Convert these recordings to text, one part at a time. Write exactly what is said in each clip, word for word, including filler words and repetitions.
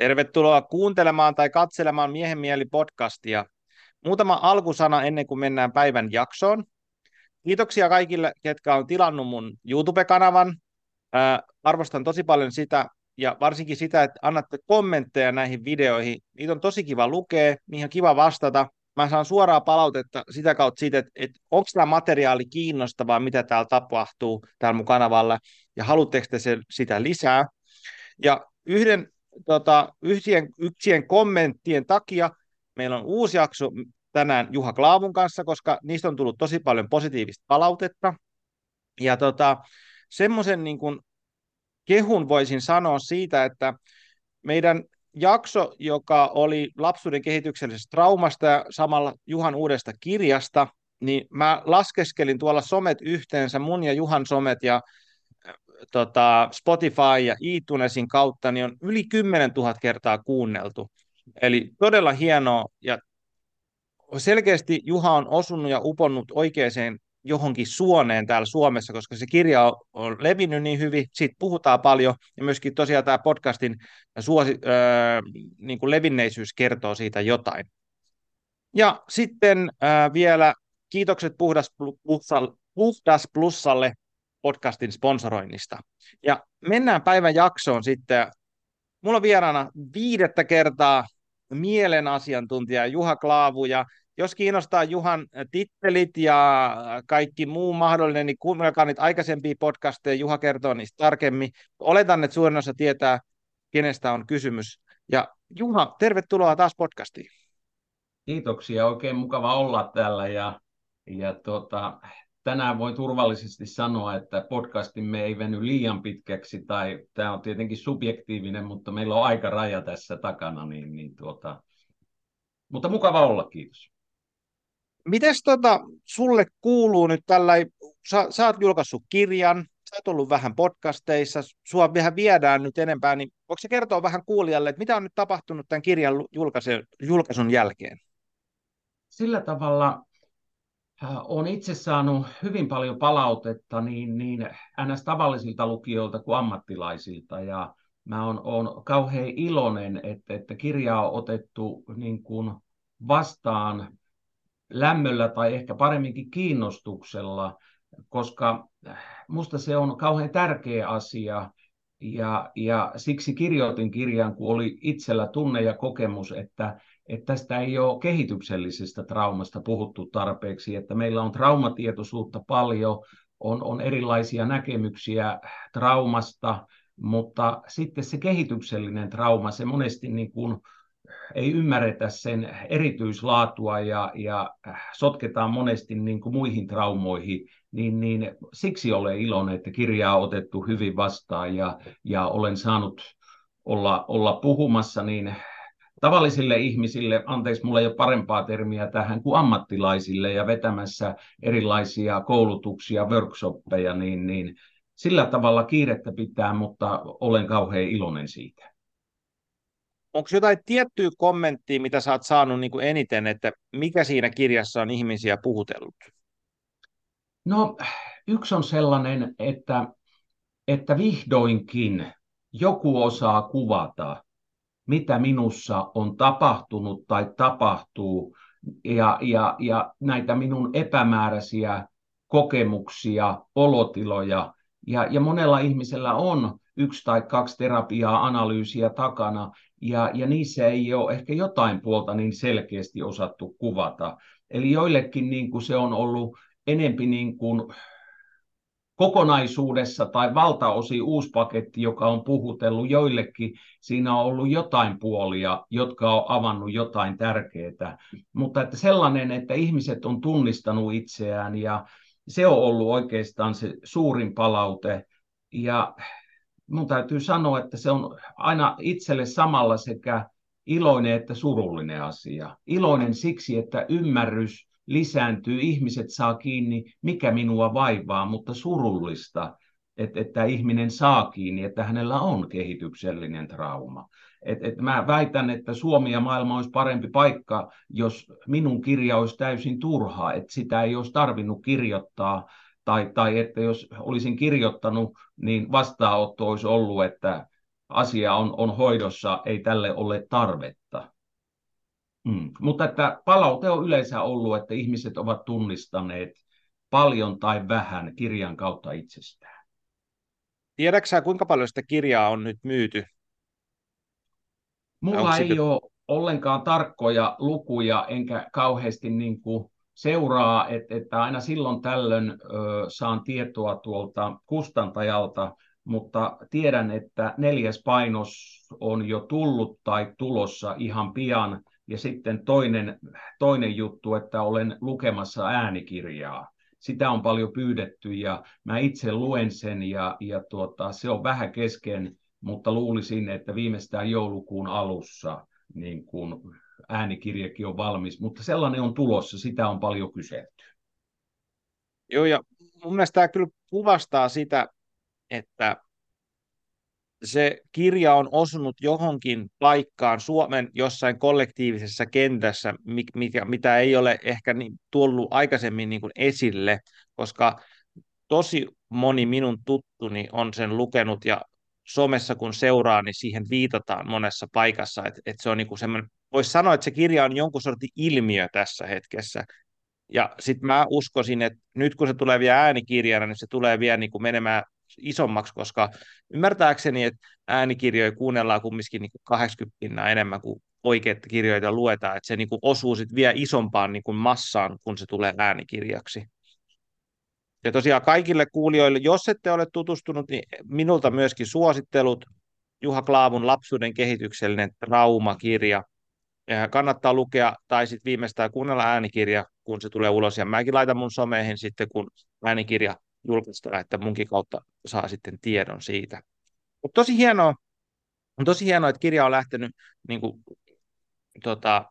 Tervetuloa kuuntelemaan tai katselemaan Miehen mieli podcastia. Muutama alkusana ennen kuin mennään päivän jaksoon. Kiitoksia kaikille, ketkä on tilannut mun YouTube-kanavan. Ää, arvostan tosi paljon sitä ja varsinkin sitä, että annatte kommentteja näihin videoihin. Niitä on tosi kiva lukea, niihin on kiva vastata. Mä saan suoraa palautetta sitä kautta siitä, että, että onko tämä materiaali kiinnostavaa, mitä täällä tapahtuu täällä mun kanavalla ja haluatteko te se, sitä lisää. Ja yhden tota, yksien, yksien kommenttien takia meillä on uusi jakso tänään Juha Klaavun kanssa, koska niistä on tullut tosi paljon positiivista palautetta. Ja tota, semmoisen niin kuin kehun voisin sanoa siitä, että meidän jakso, joka oli lapsuuden kehityksellisestä traumasta ja samalla Juhan uudesta kirjasta, niin mä laskeskelin tuolla somet yhteensä, mun ja Juhan somet ja tota, Spotify ja iTunesin kautta, niin on yli kymmenen tuhatta kertaa kuunneltu. Eli todella hienoa, ja selkeästi Juha on osunut ja uponnut oikeaan johonkin suoneen täällä Suomessa, koska se kirja on, on levinnyt niin hyvin, siitä puhutaan paljon, ja myöskin tosiaan tämä podcastin suosi, äh, niin kuin levinneisyys kertoo siitä jotain. Ja sitten äh, vielä kiitokset Puhdas, Plussalle, Puhdas Plussalle podcastin sponsoroinnista. Ja mennään päivän jaksoon sitten. Mulla on vieraana viidettä kertaa mielen asiantuntija Juha Klaavu, ja jos kiinnostaa Juhan tittelit ja kaikki muu mahdollinen, niin kuunnelkaa niitä aikaisempia podcasteja, Juha kertoo niistä tarkemmin. Oletan, että suurin osa tietää, kenestä on kysymys. Ja Juha, tervetuloa taas podcastiin. Kiitoksia, oikein mukava olla täällä ja, ja tota, tänään voi turvallisesti sanoa, että podcastimme ei veny liian pitkäksi, tai tämä on tietenkin subjektiivinen, mutta meillä on aika raja tässä takana, niin, niin tuota, mutta mukava olla, kiitos. Mites tota, sulle kuuluu nyt tällä, sä, sä oot julkaissut kirjan, sä oot ollut vähän podcasteissa, sua vähän viedään nyt enempää, niin voiko se kertoa vähän kuulijalle, että mitä on nyt tapahtunut tämän kirjan julkaisun, julkaisun jälkeen? Sillä tavalla olen itse saanut hyvin paljon palautetta niin, niin ns. Tavallisilta lukijoilta kuin ammattilaisilta, ja mä oon, oon kauhean iloinen, että, että kirjaa on otettu niin kuin vastaan lämmöllä tai ehkä paremminkin kiinnostuksella, koska musta se on kauhean tärkeä asia, ja, ja siksi kirjoitin kirjan, kun oli itsellä tunne ja kokemus, että, että tästä ei ole kehityksellisestä traumasta puhuttu tarpeeksi, että meillä on traumatietoisuutta paljon, on, on erilaisia näkemyksiä traumasta, mutta sitten se kehityksellinen trauma, se monesti niin kuin ei ymmärretä sen erityislaatua ja, ja sotketaan monesti niin kuin muihin traumoihin, niin, niin siksi olen iloinen, että kirjaa on otettu hyvin vastaan ja, ja olen saanut olla, olla puhumassa niin tavallisille ihmisille, anteeksi, mulla ei ole parempaa termiä tähän kuin ammattilaisille ja vetämässä erilaisia koulutuksia, workshoppeja, niin, niin sillä tavalla kiirettä pitää, mutta olen kauhean iloinen siitä. Onko jotain tiettyä kommenttia, mitä sä oot saanut niin kuin eniten, että mikä siinä kirjassa on ihmisiä puhutellut? No, yksi on sellainen, että, että vihdoinkin joku osaa kuvata, mitä minussa on tapahtunut tai tapahtuu, ja, ja, ja näitä minun epämääräisiä kokemuksia, olotiloja, ja, ja monella ihmisellä on yksi tai kaksi terapiaa, analyysiä takana, ja, ja niissä ei ole ehkä jotain puolta niin selkeästi osattu kuvata. Eli joillekin niin kuin se on ollut enempi niin kuin kokonaisuudessa tai valtaosi uusi paketti, joka on puhutellut joillekin, siinä on ollut jotain puolia, jotka on avannut jotain tärkeää. Mutta että sellainen, että ihmiset on tunnistanut itseään, ja se on ollut oikeastaan se suurin palaute. Ja mun täytyy sanoa, että se on aina itselle samalla sekä iloinen että surullinen asia. Iloinen siksi, että ymmärrys lisääntyy, ihmiset saa kiinni, mikä minua vaivaa, mutta surullista, että, että ihminen saa kiinni, että hänellä on kehityksellinen trauma. Et, et mä väitän, että Suomi ja maailma olisi parempi paikka, jos minun kirja olisi täysin turhaa, että sitä ei olisi tarvinnut kirjoittaa, tai, tai että jos olisin kirjoittanut, niin vastaanotto olisi ollut, että asia on, on hoidossa, ei tälle ole tarvetta. Mm. Mutta että palaute on yleensä ollut, että ihmiset ovat tunnistaneet paljon tai vähän kirjan kautta itsestään. Tiedätkö sä, kuinka paljon sitä kirjaa on nyt myyty? Vai onko Mulla siitä... ei ole ollenkaan tarkkoja lukuja, enkä kauheasti niin kuin seuraa, että, että aina silloin tällöin ö, saan tietoa tuolta kustantajalta, mutta tiedän, että neljäs painos on jo tullut tai tulossa ihan pian, ja sitten toinen, toinen juttu, että olen lukemassa äänikirjaa. Sitä on paljon pyydetty, ja mä itse luen sen, ja, ja tuota, se on vähän kesken, mutta luulisin, että viimeistään joulukuun alussa niin kun äänikirjakin on valmis, mutta sellainen on tulossa, sitä on paljon kyselty. Joo, ja mun mielestä tämä kyllä kuvastaa sitä, että se kirja on osunut johonkin paikkaan Suomen jossain kollektiivisessa kentässä, mikä, mitä ei ole ehkä niin, tullut aikaisemmin niin kuin esille, koska tosi moni minun tuttuni on sen lukenut ja somessa kun seuraa, niin siihen viitataan monessa paikassa, että et se on niin semmoinen, voisi sanoa, että se kirja on jonkun sortin ilmiö tässä hetkessä. Ja sitten mä uskoisin, että nyt kun se tulee vielä äänikirjana, niin se tulee vielä niin kuin menemään isommaksi, koska ymmärtääkseni, että äänikirjoja kuunnellaan kumminkin niin kuin kahdeksankymmentä enemmän kuin oikeita kirjoja luetaan, että se niin kuin osuu sitten vielä isompaan niin kuin massaan, kun se tulee äänikirjaksi. Ja tosiaan kaikille kuulijoille, jos ette ole tutustunut, niin minulta myöskin suosittelut. Juha Klaavun Lapsuuden kehityksellinen traumakirja. Ja kannattaa lukea tai sitten viimeistään kuunnella äänikirja, kun se tulee ulos. Ja mäkin laitan mun someihin sitten, kun äänikirja julkaistaan, että munkin kautta saa sitten tiedon siitä. Mutta tosi hienoa, on tosi hienoa, että kirja on lähtenyt niin kuin, tota,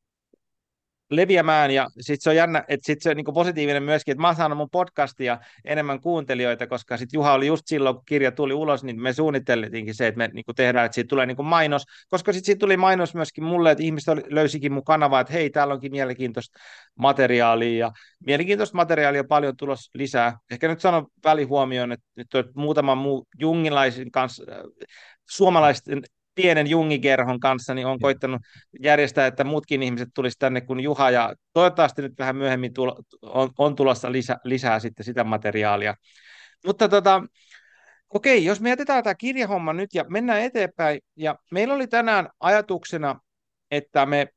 leviämään, ja sitten se on jännä, että sit se on niinku positiivinen myöskin, että mä oon saanut mun podcastia enemmän kuuntelijoita, koska sitten Juha oli just silloin, kun kirja tuli ulos, niin me suunnittelitiinkin se, että me niinku tehdään, että siitä tulee niinku mainos, koska sitten siitä tuli mainos myöskin mulle, että ihmiset oli, löysikin mun kanavaa, että hei, täällä onkin mielenkiintoista materiaalia, ja mielenkiintoista materiaalia paljon tulossa lisää. Ehkä nyt sanon välihuomioon, että nyt on muutaman muu jungilaisen kanssa, suomalaisten pienen jungikerhon kanssa, niin on koittanut järjestää, että muutkin ihmiset tulisi tänne kuin Juha, ja toivottavasti nyt vähän myöhemmin tulo, on, on tulossa lisä, lisää sitten sitä materiaalia. Mutta tota, okei, jos me jätetään tämä kirjahomma nyt ja mennään eteenpäin, ja meillä oli tänään ajatuksena, että me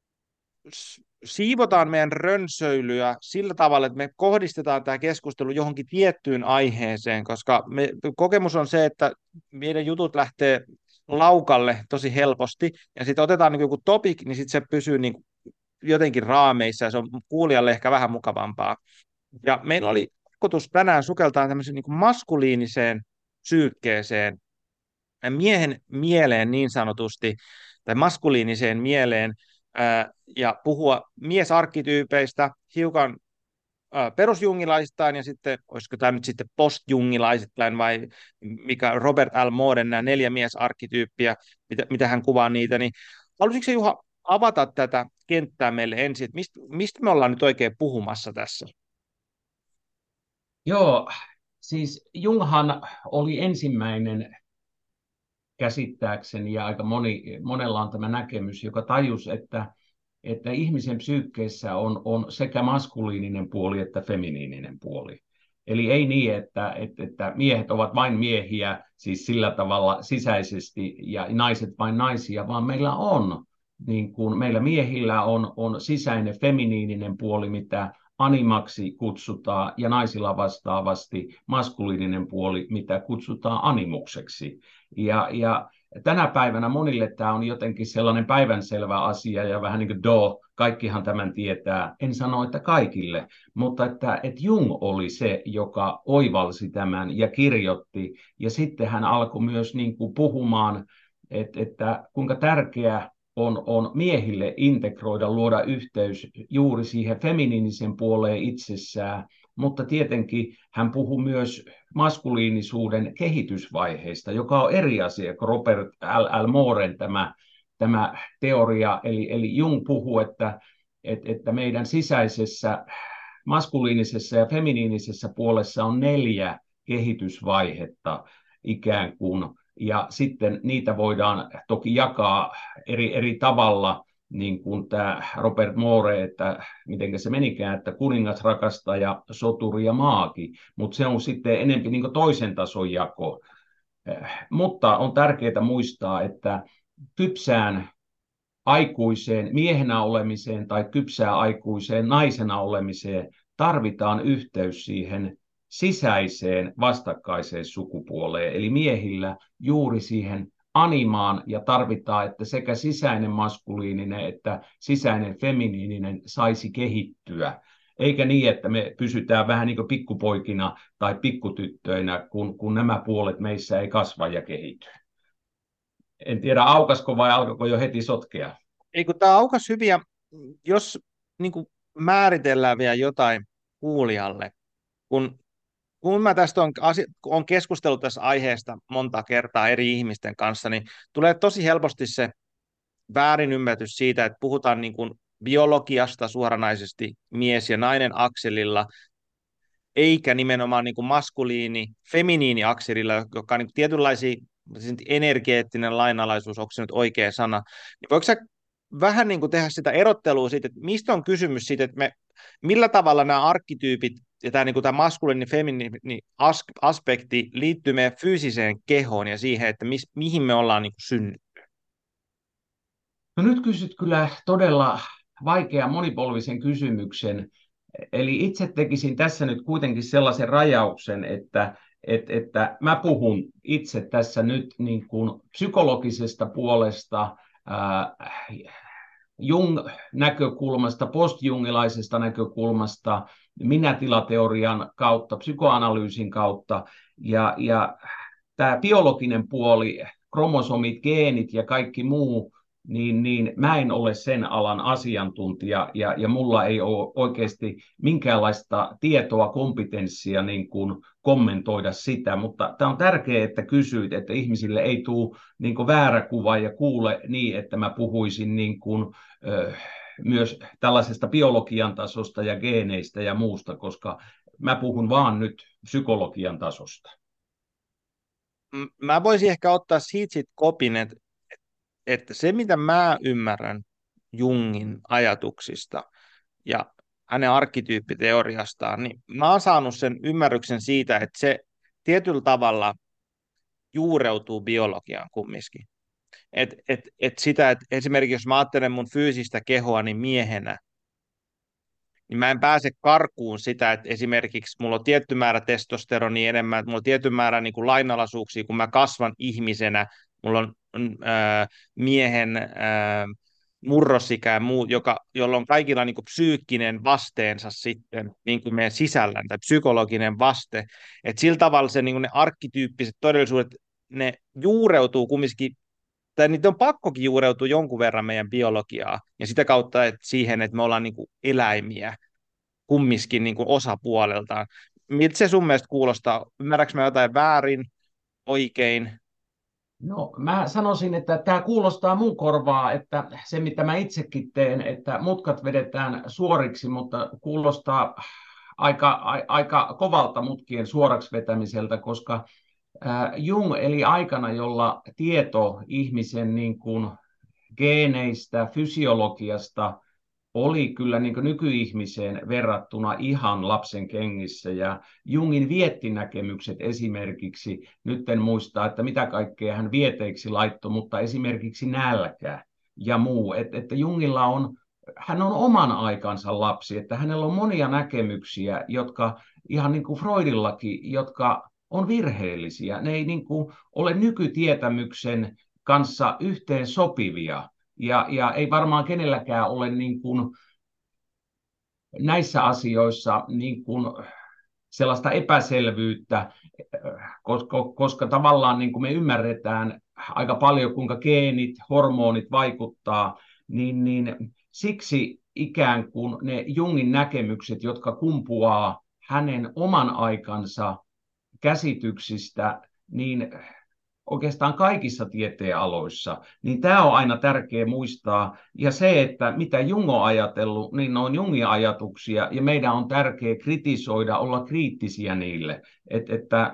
siivotaan meidän rönsöilyä sillä tavalla, että me kohdistetaan tämä keskustelu johonkin tiettyyn aiheeseen, koska me, kokemus on se, että meidän jutut lähtee laukalle tosi helposti, ja sitten otetaan niin joku topic, niin sitten se pysyy niin jotenkin raameissa, ja se on kuulijalle ehkä vähän mukavampaa. Ja meillä oli tarkoitus tänään sukeltaa tämmöiseen niin maskuliiniseen psyykkeeseen, miehen mieleen niin sanotusti, tai maskuliiniseen mieleen, ää, ja puhua miesarkkityypeistä, hiukan ää, perusjungilaisittain, ja sitten, olisiko tämä nyt sitten postjungilaisittain, vai mikä Robert L. Moden nämä neljä miesarkkityyppiä, mitä, mitä hän kuvaa niitä, niin haluaisitko Juha avata tätä kenttää meille ensin, että mistä, mistä me ollaan nyt oikein puhumassa tässä? Joo, siis Junghan oli ensimmäinen käsittääkseni, ja aika moni, monella on tämä näkemys, joka tajusi, että, että ihmisen psyykkeessä on, on sekä maskuliininen puoli että feminiininen puoli. Eli ei niin, että, että, että miehet ovat vain miehiä, siis sillä tavalla sisäisesti, ja naiset vain naisia, vaan meillä on, niin kuin meillä miehillä on, on sisäinen feminiininen puoli, mitä animaksi kutsutaan, ja naisilla vastaavasti maskuliininen puoli, mitä kutsutaan animukseksi. Ja, ja tänä päivänä monille tämä on jotenkin sellainen päivänselvä asia, ja vähän niin kuin do, kaikkihan tämän tietää. En sano, että kaikille, mutta että, että Jung oli se, joka oivalsi tämän ja kirjoitti, ja sitten hän alkoi myös niin kuin puhumaan, että, että kuinka tärkeä on, on miehille integroida, luoda yhteys juuri siihen feminiinisen puoleen itsessään, mutta tietenkin hän puhui myös maskuliinisuuden kehitysvaiheista, joka on eri asia kuin Robert L. L. Moren tämä, tämä teoria. Eli, eli Jung puhuu, että, että, että meidän sisäisessä maskuliinisessa ja feminiinisessä puolessa on neljä kehitysvaihetta ikään kuin, ja sitten niitä voidaan toki jakaa eri, eri tavalla, niin kuin tämä Robert Moore, että miten se menikään, että kuningas, rakastaja, soturi ja maaki, mutta se on sitten enemmän niin toisen tason jako. Mutta on tärkeää muistaa, että kypsään aikuiseen miehenä olemiseen tai kypsää aikuiseen naisena olemiseen tarvitaan yhteys siihen sisäiseen vastakkaiseen sukupuoleen, eli miehillä juuri siihen animaan, ja tarvitaan, että sekä sisäinen maskuliininen että sisäinen feminiininen saisi kehittyä. Eikä niin, että me pysytään vähän niin kuin pikkupoikina tai pikkutyttöinä, kun, kun nämä puolet meissä ei kasva ja kehity. En tiedä, aukasko vai alkoiko jo heti sotkea? Ei kun tämä aukas hyviä, jos niin kuin määritellään vielä jotain kuulijalle, kun, kun mä tästä on, on keskustellut tässä aiheesta monta kertaa eri ihmisten kanssa, niin tulee tosi helposti se väärinymmärrys siitä, että puhutaan niin kuin biologiasta suoranaisesti mies ja nainen akselilla, eikä nimenomaan niin kuin maskuliini, feminiini akselilla, joka on niin kuin tietynlaisia energeettinen lainalaisuus, onko se nyt oikea sana, niin voiko sä vähän niin kuin tehdä sitä erottelua siitä, että mistä on kysymys siitä, että me, millä tavalla nämä arkkityypit ja tämä, niin kuin tämä maskuliini, feminiini aspekti liittyy meidän fyysiseen kehoon ja siihen, että mis, mihin me ollaan niin kuin synnytty? No nyt kysyt kyllä todella vaikean monipolvisen kysymyksen. Eli itse tekisin tässä nyt kuitenkin sellaisen rajauksen, että, että, että mä puhun itse tässä nyt niin kuin psykologisesta puolesta, ää, Jung-näkökulmasta, postjungilaisesta näkökulmasta, minätilateorian kautta, psykoanalyysin kautta, ja, ja tämä biologinen puoli, kromosomit, geenit ja kaikki muu, niin, niin mä en ole sen alan asiantuntija, ja, ja mulla ei ole oikeasti minkäänlaista tietoa, kompetenssia niin kuin kommentoida sitä, mutta tämä on tärkeää, että kysyit, että ihmisille ei tule niin kuin väärä kuva ja kuule niin, että mä puhuisin niin kuin, ö, myös tällaisesta biologian tasosta ja geeneistä ja muusta, koska mä puhun vaan nyt psykologian tasosta. Mä voisin ehkä ottaa siitä sit kopin, että, että se mitä mä ymmärrän Jungin ajatuksista ja hänen arkkityyppiteoriastaan, niin mä oon saanut sen ymmärryksen siitä, että se tietyllä tavalla juureutuu biologiaan kumminkin. Et, et, et sitä, että esimerkiksi jos mä ajattelen mun fyysistä kehoa niin miehenä, niin mä en pääse karkuun sitä, että esimerkiksi mulla on tietty määrä testosteronia enemmän, että mulla on tietty määrä niin kuin lainalaisuuksia, kun mä kasvan ihmisenä, mulla on äh, miehen äh, murrosikä ja muu, joka, jolla on kaikilla niin kuin psyykkinen vasteensa sitten niin kuin meidän sisällään, tai psykologinen vaste, että sillä tavalla se, niin kuin ne arkkityyppiset todellisuudet, ne juureutuu kumminkin, tai niitä on pakkokin juureutua jonkun verran meidän biologiaa, ja sitä kautta että siihen, että me ollaan niin kuin eläimiä, kumminkin niin kuin osapuoleltaan. Miltä se sun mielestä kuulostaa? Ymmärrätkö mä jotain väärin, oikein? No, mä sanoisin, että tämä kuulostaa mun korvaa, että se mitä mä itsekin teen, että mutkat vedetään suoriksi, mutta kuulostaa aika, a, aika kovalta mutkien suoraksi vetämiseltä, koska ää, Jung eli aikana, jolla tieto ihmisen niin kuin geeneistä, fysiologiasta oli kyllä niin kuin nykyihmiseen verrattuna ihan lapsen kengissä, ja Jungin viettinäkemykset esimerkiksi, nyt en muista, että mitä kaikkea hän vieteiksi laittoi, mutta esimerkiksi nälkä ja muu, että, että Jungilla on, hän on oman aikansa lapsi, että hänellä on monia näkemyksiä, jotka ihan niin kuin Freudillakin, jotka on virheellisiä, ne ei niin kuin ole nykytietämyksen kanssa yhteen sopivia. Ja, ja ei varmaan kenelläkään ole niin kuin näissä asioissa niin kuin sellaista epäselvyyttä, koska, koska tavallaan niin kuin me ymmärretään aika paljon, kuinka geenit, hormonit vaikuttaa, niin, niin siksi ikään kuin ne Jungin näkemykset, jotka kumpuaa hänen oman aikansa käsityksistä, niin oikeastaan kaikissa tieteenaloissa, niin tämä on aina tärkeä muistaa. Ja se, että mitä Jung on ajatellut, niin ne on Jungin ajatuksia, ja meidän on tärkeää kritisoida, olla kriittisiä niille. Et, että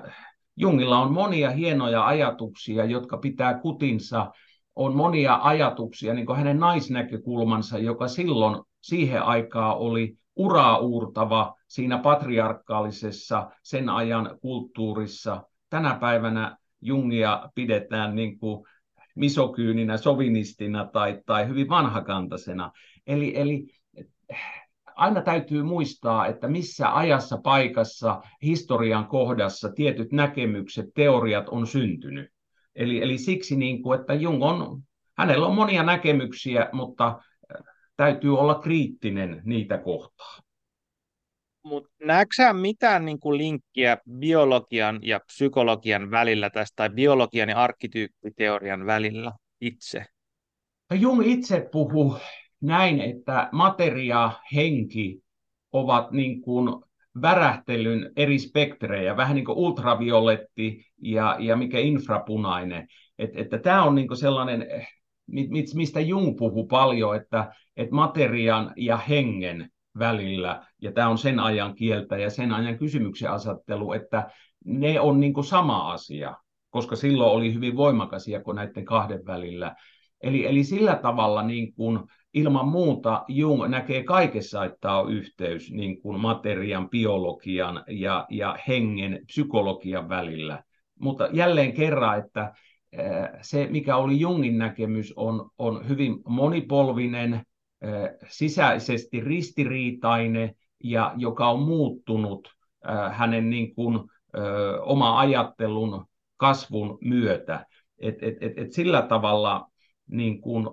Jungilla on monia hienoja ajatuksia, jotka pitää kutinsa. On monia ajatuksia, niin kuin hänen naisnäkökulmansa, joka silloin siihen aikaan oli uraa uurtava siinä patriarkaalisessa sen ajan kulttuurissa. Tänä päivänä Jungia pidetään niin kuin misokyyninä, sovinistina tai, tai hyvin vanhakantaisena. Eli, eli aina täytyy muistaa, että missä ajassa, paikassa, historian kohdassa tietyt näkemykset, teoriat on syntynyt. Eli, eli siksi, niin kuin, että Jung on, hänellä on monia näkemyksiä, mutta täytyy olla kriittinen niitä kohtaan. Mutta näetkö sä mitään niin kuin linkkiä biologian ja psykologian välillä tästä, tai biologian ja arkkityyppiteorian välillä itse? Jung itse puhuu näin, että materia, henki ovat niin kuin värähtelyn eri spektrejä, vähän niin kuin ultravioletti ja, ja mikä infrapunainen. Et, että tämä on niin kuin sellainen, mistä Jung puhuu paljon, että, että materian ja hengen välillä, ja tämä on sen ajan kieltä ja sen ajan kysymyksen asettelu, että ne on niin kuin sama asia, koska silloin oli hyvin voimakas jako näiden kahden välillä. Eli, eli sillä tavalla niin kuin ilman muuta Jung näkee kaikessa, että on yhteys niin kuin materian, biologian ja, ja hengen, psykologian välillä. Mutta jälleen kerran, että se, mikä oli Jungin näkemys, on, on hyvin monipolvinen, sisäisesti ristiriitainen ja joka on muuttunut hänen niin kuin, oma ajattelun kasvun myötä. Et, et, et, et sillä tavalla niin kuin,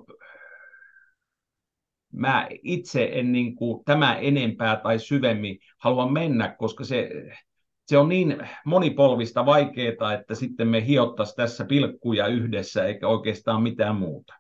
mä itse en niin kuin, tämä enempää tai syvemmin halua mennä, koska se, se on niin monipolvista vaikeaa, että sitten me hiottaisiin tässä pilkkuja yhdessä eikä oikeastaan mitään muuta.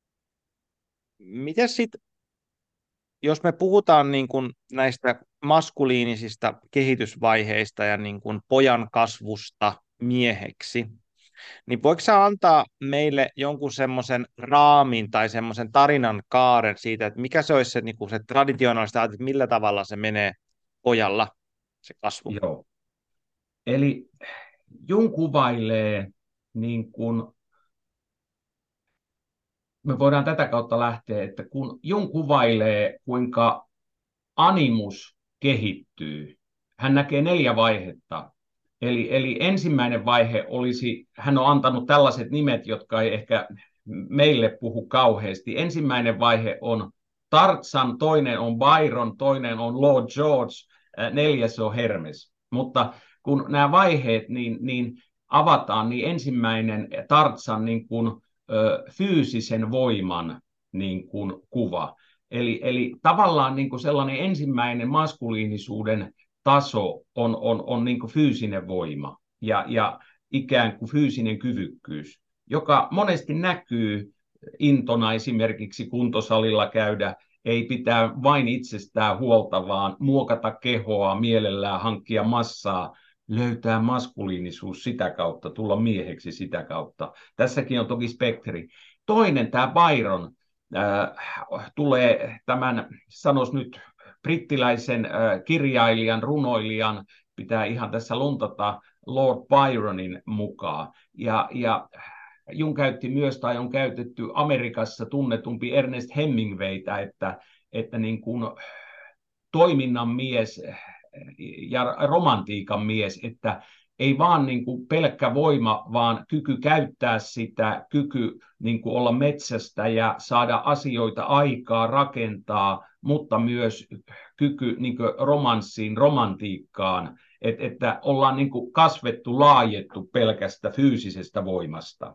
Miten sitten, jos me puhutaan niin kuin näistä maskuliinisista kehitysvaiheista ja niin kuin pojan kasvusta mieheksi, niin voiko sä antaa meille jonkun semmoisen raamin tai semmoisen tarinan kaaren siitä, että mikä se olisi se, niin kuin se traditionaalista, että millä tavalla se menee pojalla, se kasvu? Joo. Eli Jung kuvailee, niin kuin, me voidaan tätä kautta lähteä, että kun Jung kuvailee, kuinka animus kehittyy, hän näkee neljä vaihetta. Eli, eli ensimmäinen vaihe olisi, hän on antanut tällaiset nimet, jotka ei ehkä meille puhu kauheasti. Ensimmäinen vaihe on Tarzan, toinen on Byron, toinen on Lord George, neljäs on Hermes. Mutta kun nämä vaiheet niin, niin avataan, niin ensimmäinen Tarzan niin kuin, ö, fyysisen voiman niin kuin, kuva. Eli, eli tavallaan niin kuin sellainen ensimmäinen maskuliinisuuden taso on, on, on niin kuin fyysinen voima ja, ja ikään kuin fyysinen kyvykkyys, joka monesti näkyy intona esimerkiksi kuntosalilla käydä, ei pitää vain itsestään huolta, vaan muokata kehoa, mielellään hankkia massaa, löytää maskuliinisuus sitä kautta, tulla mieheksi sitä kautta. Tässäkin on toki spektri. Toinen, tämä Byron, äh, tulee tämän, sanois nyt, brittiläisen äh, kirjailijan, runoilijan, pitää ihan tässä luntata, Lord Byronin mukaan. Ja, ja Jung käytti myös, tai on käytetty Amerikassa tunnetumpi Ernest Hemingwaytä, että, että niin kuin toiminnan mies ja romantiikan mies, että ei vaan niin kuin pelkkä voima, vaan kyky käyttää sitä, kyky niin kuin olla metsästä ja saada asioita aikaa, rakentaa, mutta myös kyky niin kuin romanssiin, romantiikkaan, että, että ollaan niin kuin kasvettu, laajettu pelkästä fyysisestä voimasta.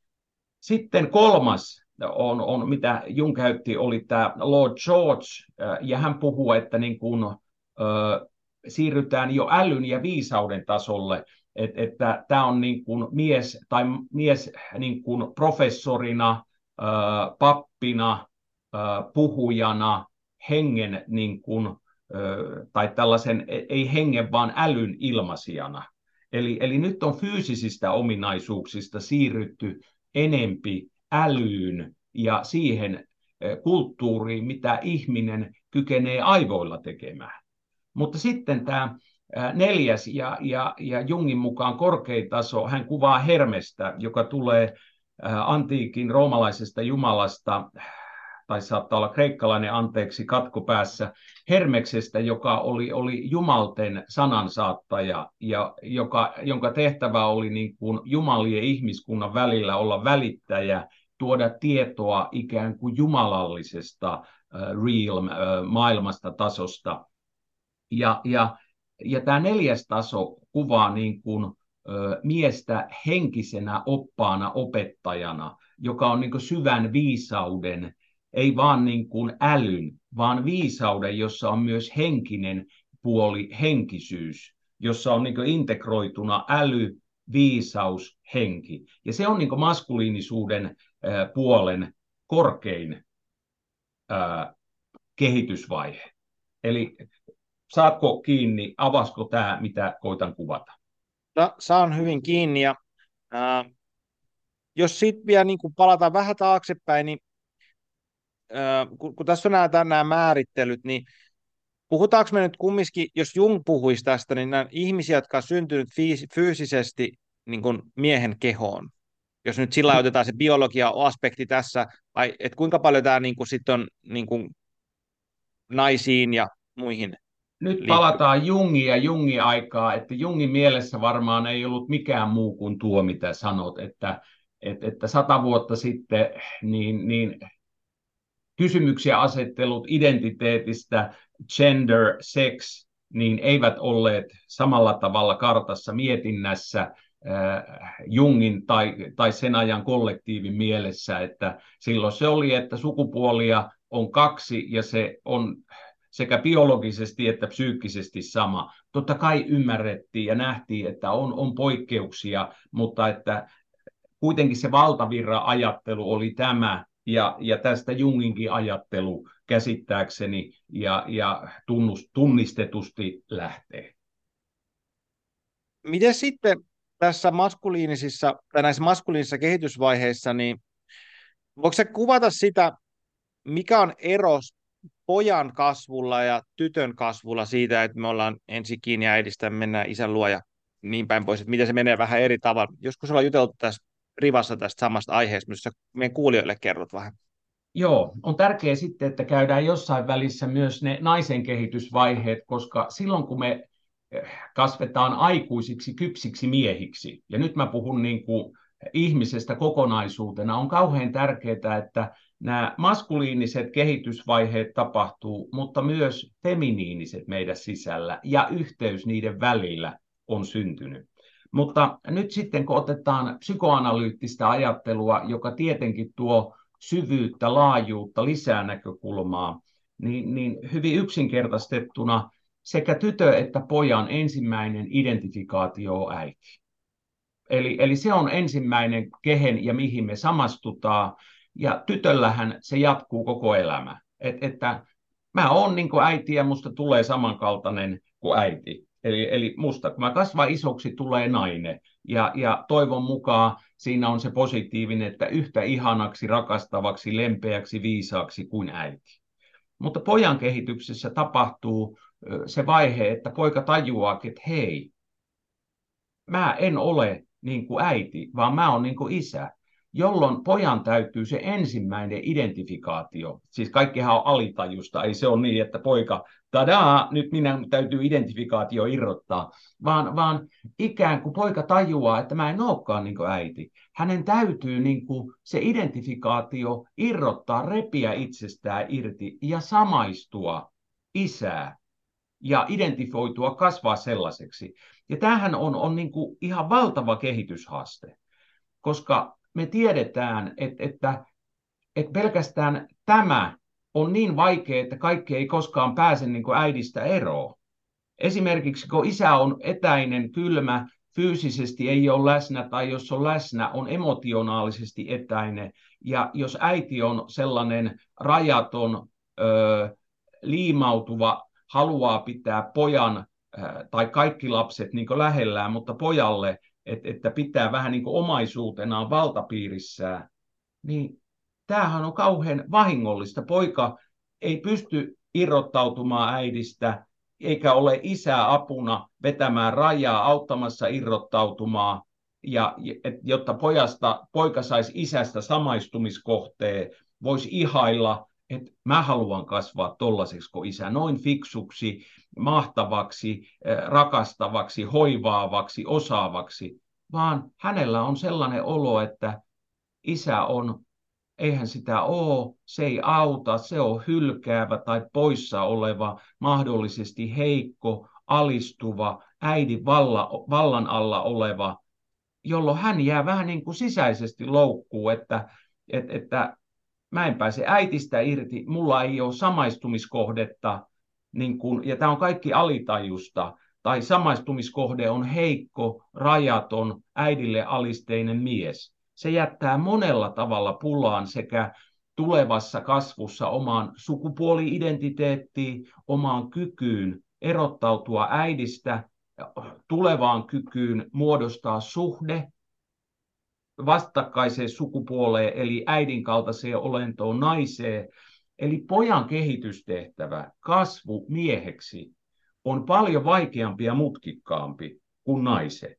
Sitten kolmas on, on mitä Jung käytti, oli tämä Lord George, ja hän puhuu, että niin kuin, ö, siirrytään jo älyn ja viisauden tasolle, Et, että tämä on niin kuin mies tai mies niin kuin professorina, ö, pappina, ö, puhujana, hengen niin kuin, ö, tai tällaisen, ei hengen vaan älyn ilmaisijana. Eli, eli nyt on fyysisistä ominaisuuksista siirrytty enempi älyyn ja siihen kulttuuriin, mitä ihminen kykenee aivoilla tekemään. Mutta sitten tämä Neljäs ja, ja, ja Jungin mukaan korkein taso, hän kuvaa Hermestä, joka tulee antiikin roomalaisesta jumalasta, tai saattaa olla kreikkalainen, anteeksi, katko päässä, Hermeksestä, joka oli, oli jumalten sanansaattaja, ja joka, jonka tehtävä oli niin kuin jumalien ihmiskunnan välillä olla välittäjä, tuoda tietoa ikään kuin jumalallisesta uh, realm, uh, maailmasta, tasosta. Ja, ja, ja tämä neljäs taso kuvaa niin kuin, uh, miestä henkisenä oppaana, opettajana, joka on niin kuin syvän viisauden, ei vaan niin kuin älyn, vaan viisauden, jossa on myös henkinen puoli, henkisyys, jossa on niin kuin integroituna äly, viisaus, henki. Ja se on niin kuin maskuliinisuuden äh, puolen korkein äh, kehitysvaihe. Eli saatko kiinni, avasko tämä, mitä koitan kuvata? Sa- saan hyvin kiinni, ja ää, jos sitten vielä niin kuin palataan vähän taaksepäin, niin ää, kun, kun tässä on nämä, nämä määrittelyt, niin puhutaanko me nyt kumminkin, jos Jung puhuisi tästä, niin nämä ihmisiä, jotka on syntynyt fiis- fyysisesti niin kuin miehen kehoon, jos nyt sillä otetaan se biologia-aspekti tässä, vai et kuinka paljon tämä niin kuin sit on niin kuin naisiin ja muihin Nyt liittyy? palataan Jungiin ja Jungin aikaa, että Jungin mielessä varmaan ei ollut mikään muu kuin tuo, mitä sanot, että, että, että sata vuotta sitten niin, niin kysymyksiä asettelut identiteetistä, gender, sex, niin eivät olleet samalla tavalla kartassa mietinnässä äh, Jungin tai, tai sen ajan kollektiivin mielessä, että silloin se oli, että sukupuolia on kaksi ja se on sekä biologisesti että psyykkisesti sama. Totta kai ymmärrettiin ja nähtiin, että on, on poikkeuksia, mutta että kuitenkin se valtavirra ajattelu oli tämä, ja, ja tästä Junginkin ajattelu käsittääkseni ja, ja tunnust, tunnistetusti lähtee. Miten sitten tässä maskuliinisissa, tai näissä maskuliinisissa kehitysvaiheissa, niin voiko se kuvata sitä, mikä on ero pojan kasvulla ja tytön kasvulla siitä, että me ollaan ensin kiinni äidistä ja mennään isän luo ja niin päin pois, että miten se menee vähän eri tavalla. Joskus ollaan juteltu tässä rivassa tästä samasta aiheesta, mutta meidän kuulijoille kerrot vähän. Joo, on tärkeää sitten, että käydään jossain välissä myös ne naisen kehitysvaiheet, koska silloin kun me kasvetaan aikuisiksi, kypsiksi miehiksi, ja nyt mä puhun niin kuin ihmisestä kokonaisuutena, on kauhean tärkeää, että nämä maskuliiniset kehitysvaiheet tapahtuu, mutta myös feminiiniset meidän sisällä, ja yhteys niiden välillä on syntynyt. Mutta nyt sitten, kun otetaan psykoanalyyttistä ajattelua, joka tietenkin tuo syvyyttä, laajuutta, lisää näkökulmaa, niin, niin hyvin yksinkertaistettuna sekä tytö että pojan ensimmäinen identifikaatio on äiti. Eli, eli se on ensimmäinen, kehen ja mihin me samastutaan, ja tytöllähän se jatkuu koko elämä. Et, että mä oon niin kuin äiti ja musta tulee samankaltainen kuin äiti. Eli, eli musta, kun mä kasvan isoksi, tulee nainen. Ja, ja toivon mukaan siinä on se positiivinen, että yhtä ihanaksi, rakastavaksi, lempeäksi, viisaaksi kuin äiti. Mutta pojan kehityksessä tapahtuu se vaihe, että poika tajuaa, että hei, mä en ole niin kuin äiti, vaan mä oon niin kuin isä. Jolloin pojan täytyy se ensimmäinen identifikaatio, siis kaikkihan on alitajusta, ei se ole niin, että poika, tadaa, nyt minä täytyy identifikaatio irrottaa, vaan, vaan ikään kuin poika tajuaa, että mä en olekaan niin kuin äiti. Hänen täytyy niin kuin se identifikaatio irrottaa, repiä itsestään irti ja samaistua isää ja identifoitua, kasvaa sellaiseksi. Ja tämähän on, on niin kuin ihan valtava kehityshaaste, koska me tiedetään, että, että, että pelkästään tämä on niin vaikea, että kaikki ei koskaan pääse niin kuin äidistä eroon. Esimerkiksi kun isä on etäinen, kylmä, fyysisesti ei ole läsnä, tai jos on läsnä, on emotionaalisesti etäinen. Ja jos äiti on sellainen rajaton, ö, liimautuva, haluaa pitää pojan ö, tai kaikki lapset niin kuin lähellään, mutta pojalle, että, että pitää vähän niin kuin omaisuutenaan valtapiirissään, niin tämähän on kauhean vahingollista. Poika ei pysty irrottautumaan äidistä, eikä ole isää apuna vetämään rajaa, auttamassa irrottautumaan, ja, et, jotta pojasta, poika saisi isästä samaistumiskohteen, voisi ihailla, että mä haluan kasvaa tollaiseksi kuin isä, noin fiksuksi, mahtavaksi, rakastavaksi, hoivaavaksi, osaavaksi, vaan hänellä on sellainen olo, että isä on, eihän sitä ole, se ei auta, se on hylkäävä tai poissa oleva, mahdollisesti heikko, alistuva, äidin valla, vallan alla oleva, jolloin hän jää vähän niin kuin sisäisesti loukkuun, että, että, että mä en pääse äitistä irti, mulla ei ole samaistumiskohdetta, niin kuin, ja tämä on kaikki alitajusta, tai samaistumiskohde on heikko, rajaton, äidille alisteinen mies. Se jättää monella tavalla pulaan sekä tulevassa kasvussa omaan sukupuoli-identiteettiin, omaan kykyyn erottautua äidistä, tulevaan kykyyn muodostaa suhde vastakkaiseen sukupuoleen, eli äidin kaltaiseen olentoon naiseen. Eli pojan kehitystehtävä, kasvu mieheksi, on paljon vaikeampi ja mutkikkaampi kuin naisen.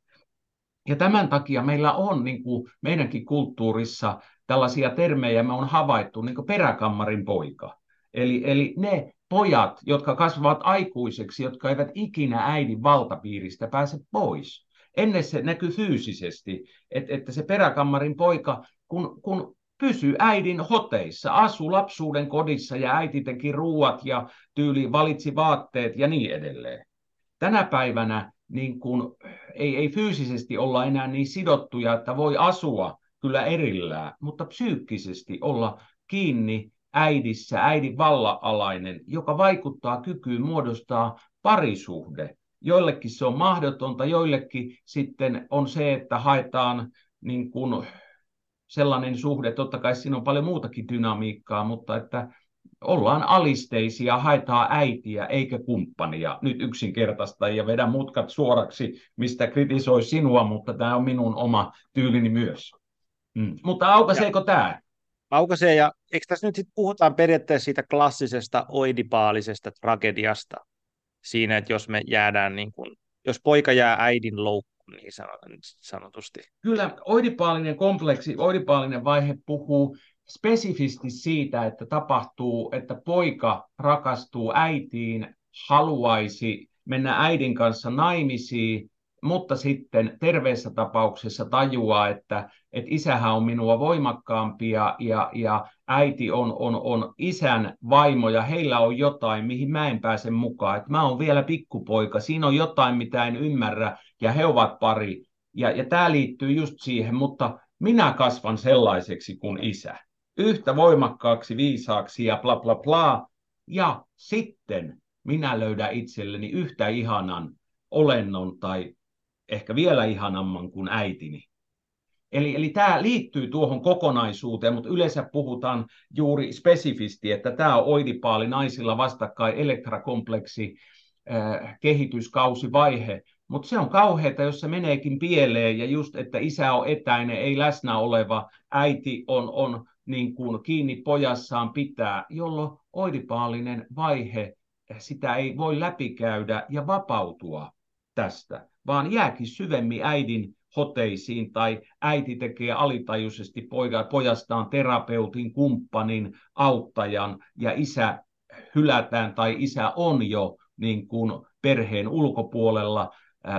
Ja tämän takia meillä on niin kuin meidänkin kulttuurissa tällaisia termejä, me on havaittu, niin kuin peräkammarin poika. Eli, eli ne pojat, jotka kasvavat aikuiseksi, jotka eivät ikinä äidin valtapiiristä pääse pois. Ennen se näkyy fyysisesti, että, että se peräkammarin poika, kun, kun pysyy äidin hoteissa, asuu lapsuuden kodissa ja äiti teki ruuat ja tyyli valitsi vaatteet ja niin edelleen. Tänä päivänä niin kun, ei, ei fyysisesti olla enää niin sidottuja, että voi asua kyllä erillään, mutta psyykkisesti olla kiinni äidissä, äidin valla-alainen, joka vaikuttaa kykyyn muodostaa parisuhde. Joillekin se on mahdotonta, joillekin sitten on se, että haetaan niin kun sellainen suhde, totta kai siinä on paljon muutakin dynamiikkaa, mutta että ollaan alisteisia, haetaan äitiä eikä kumppania. Nyt yksinkertaista ja vedä mutkat suoraksi, mistä kritisoi sinua, mutta tämä on minun oma tyylini myös. Mm. Mutta aukaiseeko tämä? Aukaisee, ja eikö tässä nyt sitten puhutaan periaatteessa siitä klassisesta oidipaalisesta tragediasta siinä, että jos me jäädään niin kuin, jos poika jää äidin loukkuun niin sanotusti. Kyllä oidipaalinen kompleksi, oidipaalinen vaihe puhuu spesifisti siitä, että tapahtuu, että poika rakastuu äitiin, haluaisi mennä äidin kanssa naimisiin, mutta sitten terveessä tapauksessa tajuaa, että, että isähän on minua voimakkaampi ja, ja, ja äiti on, on, on isän vaimo ja heillä on jotain, mihin mä en pääse mukaan. Että mä oon vielä pikkupoika, siinä on jotain, mitä en ymmärrä ja he ovat pari. Ja, ja tämä liittyy just siihen, mutta minä kasvan sellaiseksi kuin isä. Yhtä voimakkaaksi, viisaaksi ja bla bla bla. Ja sitten minä löydän itselleni yhtä ihanan olennon tai ehkä vielä ihanamman kuin äitini. Eli, eli tämä liittyy tuohon kokonaisuuteen, mutta yleensä puhutaan juuri spesifisti, että tämä on oidipaali naisilla vastakkain elektrakompleksi äh, kehityskausivaihe. Mutta se on kauheata, jos se meneekin pieleen ja just, että isä on etäinen, ei läsnä oleva, äiti on, on niin kuin kiinni pojassaan pitää, jolloin oidipaalinen vaihe, sitä ei voi läpikäydä ja vapautua tästä, vaan jääkin syvemmin äidin hoteisiin tai äiti tekee alitajuisesti poika, pojastaan terapeutin, kumppanin, auttajan ja isä hylätään tai isä on jo niin kuin perheen ulkopuolella,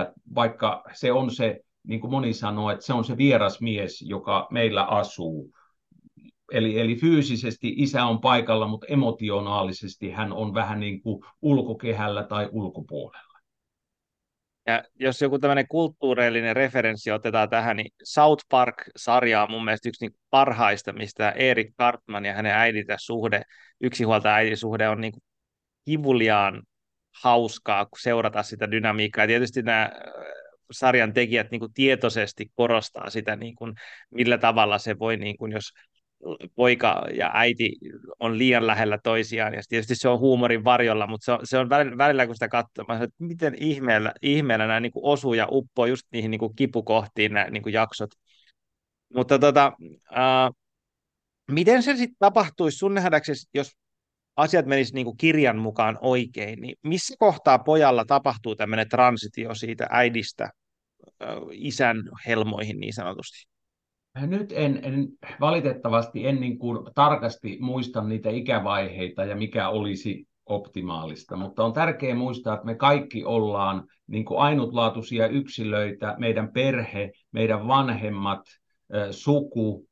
vaikka se on se, niin kuin moni sanoo, että se on se vieras mies, joka meillä asuu. Eli, eli fyysisesti isä on paikalla, mutta emotionaalisesti hän on vähän niin kuin ulkokehällä tai ulkopuolella. Ja jos joku tämmöinen kulttuurillinen referenssi otetaan tähän, niin South Park-sarja on mun mielestä yksi niin parhaista, mistä Eric Cartman ja hänen äiditä suhde, yksinhuoltaja äidin suhde on niin kivuliaan hauskaa seurata sitä dynamiikkaa. Ja tietysti nämä sarjan tekijät niin kuin tietoisesti korostaa sitä, niin kuin, millä tavalla se voi, niin kuin, jos poika ja äiti on liian lähellä toisiaan, ja tietysti se on huumorin varjolla, mutta se on, se on välillä, kun sitä katsoo, että miten ihmeellä, ihmeellä nämä niin kuin osuu ja uppoo just niihin niin kuin kipukohtiin nämä niin kuin jaksot. Mutta tota, äh, miten se sitten tapahtuisi sun nähdäksesi, jos asiat menisivät niin kuin kirjan mukaan oikein, niin missä kohtaa pojalla tapahtuu tämmöinen transitio siitä äidistä ö, isän helmoihin niin sanotusti? Nyt en, en valitettavasti en niin kuin tarkasti muista niitä ikävaiheita ja mikä olisi optimaalista, mutta on tärkeää muistaa, että me kaikki ollaan niin kuin ainutlaatuisia yksilöitä, meidän perhe, meidän vanhemmat, suku,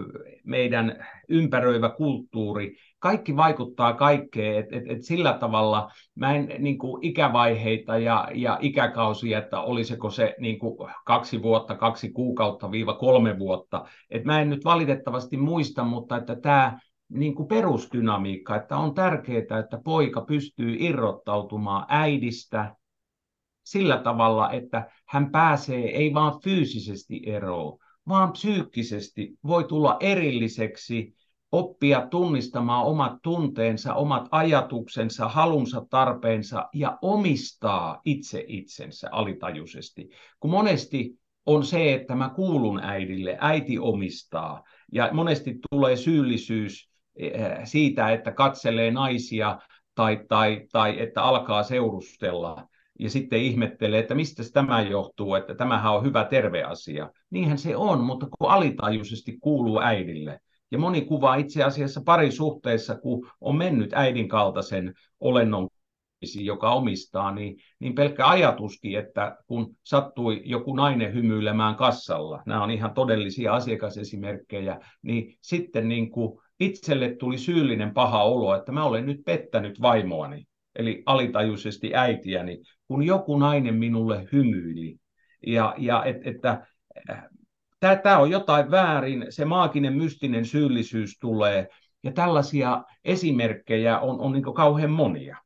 meidän ympäröivä kulttuuri, kaikki vaikuttaa kaikkeen, että et, et sillä tavalla mä en niin kuin ikävaiheita ja, ja ikäkausia, että olisiko se niin kuin kaksi vuotta, kaksi kuukautta viiva kolme vuotta, että mä en nyt valitettavasti muista, mutta että tämä niin kuin perusdynamiikka, että on tärkeää, että poika pystyy irrottautumaan äidistä sillä tavalla, että hän pääsee ei vaan fyysisesti eroon, vaan psyykkisesti voi tulla erilliseksi, oppia tunnistamaan omat tunteensa, omat ajatuksensa, halunsa, tarpeensa ja omistaa itse itsensä alitajuisesti. Kun monesti on se, että mä kuulun äidille, äiti omistaa, ja monesti tulee syyllisyys siitä, että katselee naisia tai, tai, tai että alkaa seurustella ja sitten ihmettelee, että mistä tämä johtuu, että tämähän on hyvä terve asia. Niinhän se on, mutta kun alitajuisesti kuuluu äidille. Ja moni kuvaa itse asiassa parisuhteessa, kun on mennyt äidin kaltaisen olennon, joka omistaa, niin, niin pelkkä ajatuskin, että kun sattui joku nainen hymyilemään kassalla, nämä on ihan todellisia asiakasesimerkkejä, niin sitten niin kuin itselle tuli syyllinen paha olo, että mä olen nyt pettänyt vaimoani, eli alitajuisesti äitiäni, kun joku nainen minulle hymyili. Ja, ja et, että tämä on jotain väärin, se maaginen mystinen syyllisyys tulee, ja tällaisia esimerkkejä on, on niin kauhean monia.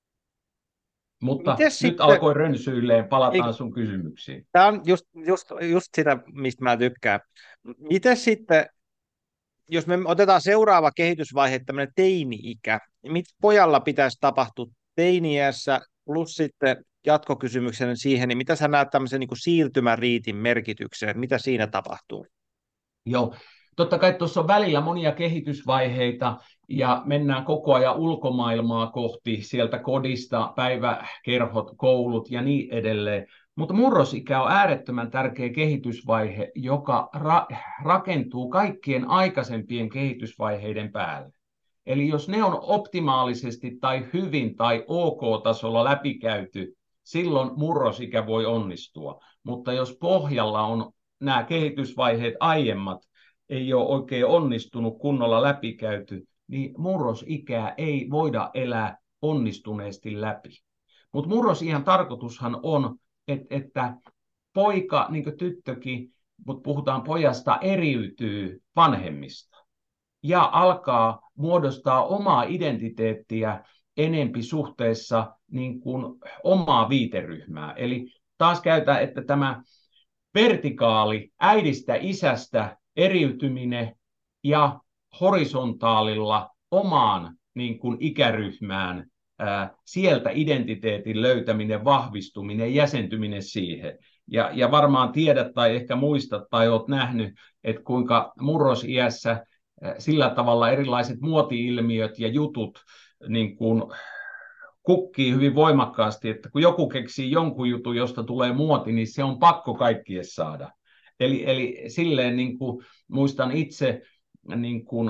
Mutta Miten nyt sitten, alkoi rönsyilleen, palataan sun kysymyksiin. tämä on just, just, just sitä, mistä mä tykkään. Miten sitten, jos me otetaan seuraava kehitysvaihe, tämmöinen teini-ikä, niin mitä pojalla pitäisi tapahtua teiniässä, plus sitten jatkokysymyksenä siihen, niin mitä sä näet tämmöisen niin kuin siirtymäriitin merkitykseen, mitä siinä tapahtuu? Joo, totta kai tuossa on välillä monia kehitysvaiheita ja mennään koko ajan ulkomaailmaa kohti, sieltä kodista, päiväkerhot, koulut ja niin edelleen. Mutta murrosikä on äärettömän tärkeä kehitysvaihe, joka ra- rakentuu kaikkien aikaisempien kehitysvaiheiden päälle. Eli jos ne on optimaalisesti tai hyvin tai OK-tasolla läpikäyty, silloin murrosikä voi onnistua. Mutta jos pohjalla on nämä kehitysvaiheet aiemmat, ei ole oikein onnistunut kunnolla läpikäyty, niin murrosikää ei voida elää onnistuneesti läpi. Mutta murrosiän tarkoitushan on, että, että poika, niin kuin tyttökin, mutta puhutaan pojasta, eriytyy vanhemmista ja alkaa muodostaa omaa identiteettiä enempi suhteessa niin kuin omaa viiteryhmää. Eli taas käytä, että tämä vertikaali äidistä isästä eriytyminen ja horisontaalilla omaan niin kuin ikäryhmään ää, sieltä identiteetin löytäminen, vahvistuminen, jäsentyminen siihen. Ja, ja varmaan tiedät tai ehkä muistat tai olet nähnyt, että kuinka murrosiässä sillä tavalla erilaiset muoti-ilmiöt ja jutut niin kuin kukkii hyvin voimakkaasti, että kun joku keksii jonkun jutun, josta tulee muoti, niin se on pakko kaikkien saada. Eli, eli silleen niin kuin muistan itse niin kuin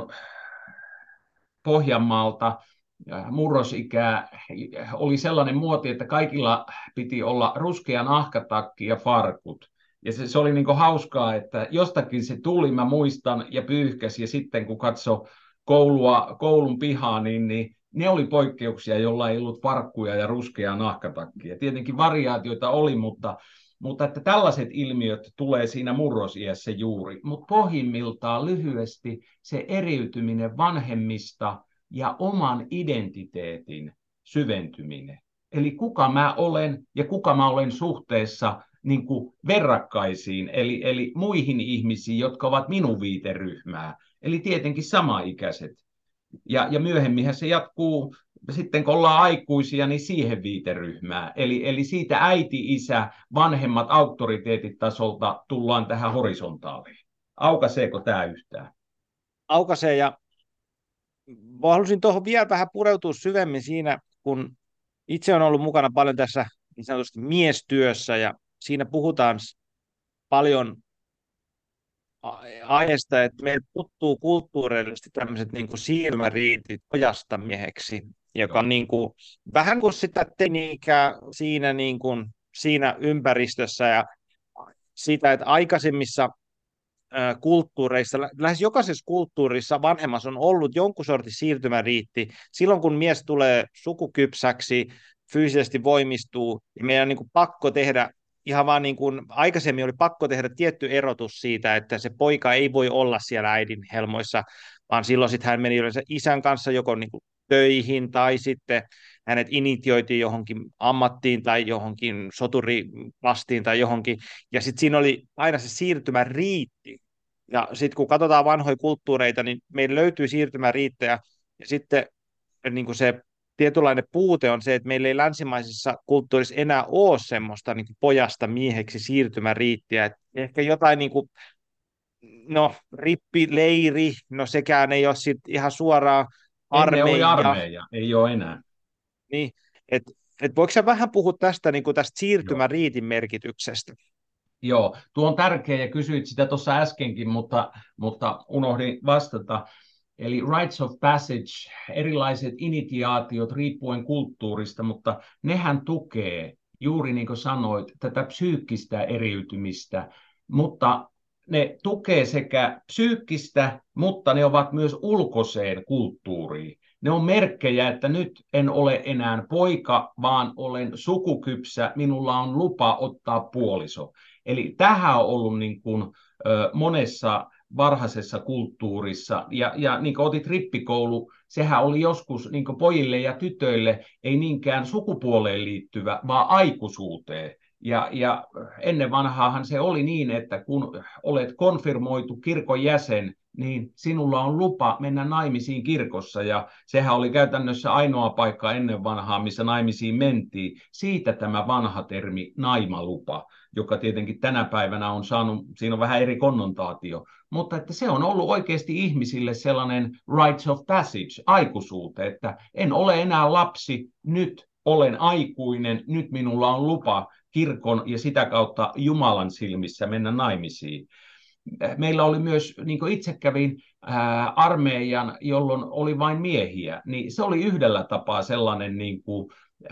Pohjanmaalta murrosikää oli sellainen muoti, että kaikilla piti olla ruskea nahkatakki ja farkut. Ja se, se oli niin kuin hauskaa, että jostakin se tuli, mä muistan, ja pyyhkäsi, ja sitten kun katsoi koulua, koulun pihaa, niin, niin ne oli poikkeuksia, jolla ei ollut farkkuja ja ruskeaa nahkatakkia. Tietenkin variaatioita oli, mutta, mutta että tällaiset ilmiöt tulee siinä murrosiässä juuri. Mutta pohjimmiltaan lyhyesti se eriytyminen vanhemmista ja oman identiteetin syventyminen. Eli kuka mä olen ja kuka mä olen suhteessa niin kuin verrakkaisiin, eli, eli muihin ihmisiin, jotka ovat minun viiteryhmää. Eli tietenkin samaikäiset. Ja, ja myöhemminhän se jatkuu, sitten kun ollaan aikuisia, niin siihen viiteryhmään. Eli, eli siitä äiti, isä, vanhemmat auktoriteetit tasolta tullaan tähän horisontaaliin. Aukaiseeko tämä yhtään? Aukaisee, ja Mä halusin tuohon vielä vähän pureutua syvemmin siinä, kun itse on ollut mukana paljon tässä niin sanotusti miestyössä, ja siinä puhutaan s- paljon a- aiheesta, että meillä puuttuu kulttuurillisesti tämmöiset niin kuin siirtymäriitit pojasta mieheksi, joka Joo. on niin kuin, vähän kuin sitä teini-ikää siinä, niin kuin, siinä ympäristössä, ja sitä, että aikaisemmissa ä, kulttuureissa, lä- lähes jokaisessa kulttuurissa vanhemmassa on ollut jonkun sortin siirtymäriitti. Silloin kun mies tulee sukukypsäksi, fyysisesti voimistuu, niin meidän on niin kuin pakko tehdä, ihan vaan niin kuin aikaisemmin oli pakko tehdä tietty erotus siitä, että se poika ei voi olla siellä äidin helmoissa, vaan silloin sitten hän meni yleensä isän kanssa joko niin kuin töihin tai sitten hänet initioitiin johonkin ammattiin tai johonkin soturikastiin tai johonkin. Ja sitten siinä oli aina se siirtymä riitti. Ja sitten kun katsotaan vanhoja kulttuureita, niin meillä löytyy siirtymäriittejä. Ja sitten niin kuin se tietynlainen puute on se, että meillä ei länsimaisessa kulttuurissa enää ole semmoista niin kuin pojasta mieheksi siirtymäriittiä. Et ehkä jotain, niin kuin, no rippileiri, no sekään ei ole sit ihan suoraan Ennen oli armeija. armeija, ei ole enää. Niin, et, et voiko sä vähän puhua tästä, niin kuin tästä Joo. siirtymäriitin merkityksestä? Joo, tuo on tärkeä ja kysyit sitä tuossa äskenkin, mutta, mutta unohdin vastata. Eli rites of passage, erilaiset initiaatiot riippuen kulttuurista, mutta nehän tukee, juuri niin kuin sanoit, tätä psyykkistä eriytymistä, mutta ne tukee sekä psyykkistä, mutta ne ovat myös ulkoiseen kulttuuriin. Ne on merkkejä, että nyt en ole enää poika, vaan olen sukukypsä, minulla on lupa ottaa puoliso. Eli tähän on ollut niin kuin, ö, monessa varhaisessa kulttuurissa. Ja, ja niin kuin otit rippikoulu, sehän oli joskus niin kuin pojille ja tytöille ei niinkään sukupuoleen liittyvä, vaan aikuisuuteen. Ja, ja ennen vanhaahan se oli niin, että kun olet konfirmoitu kirkon jäsen, niin sinulla on lupa mennä naimisiin kirkossa, ja sehän oli käytännössä ainoa paikka ennen vanhaa, missä naimisiin mentiin. Siitä tämä vanha termi naimalupa, joka tietenkin tänä päivänä on saanut, siinä on vähän eri konnotaatio, mutta että se on ollut oikeasti ihmisille sellainen rites of passage, aikuisuuteen, että en ole enää lapsi, nyt olen aikuinen, nyt minulla on lupa kirkon ja sitä kautta Jumalan silmissä mennä naimisiin. Meillä oli myös, niin kuin itse kävin ää, armeijan, jolloin oli vain miehiä, niin se oli yhdellä tapaa sellainen niin kuin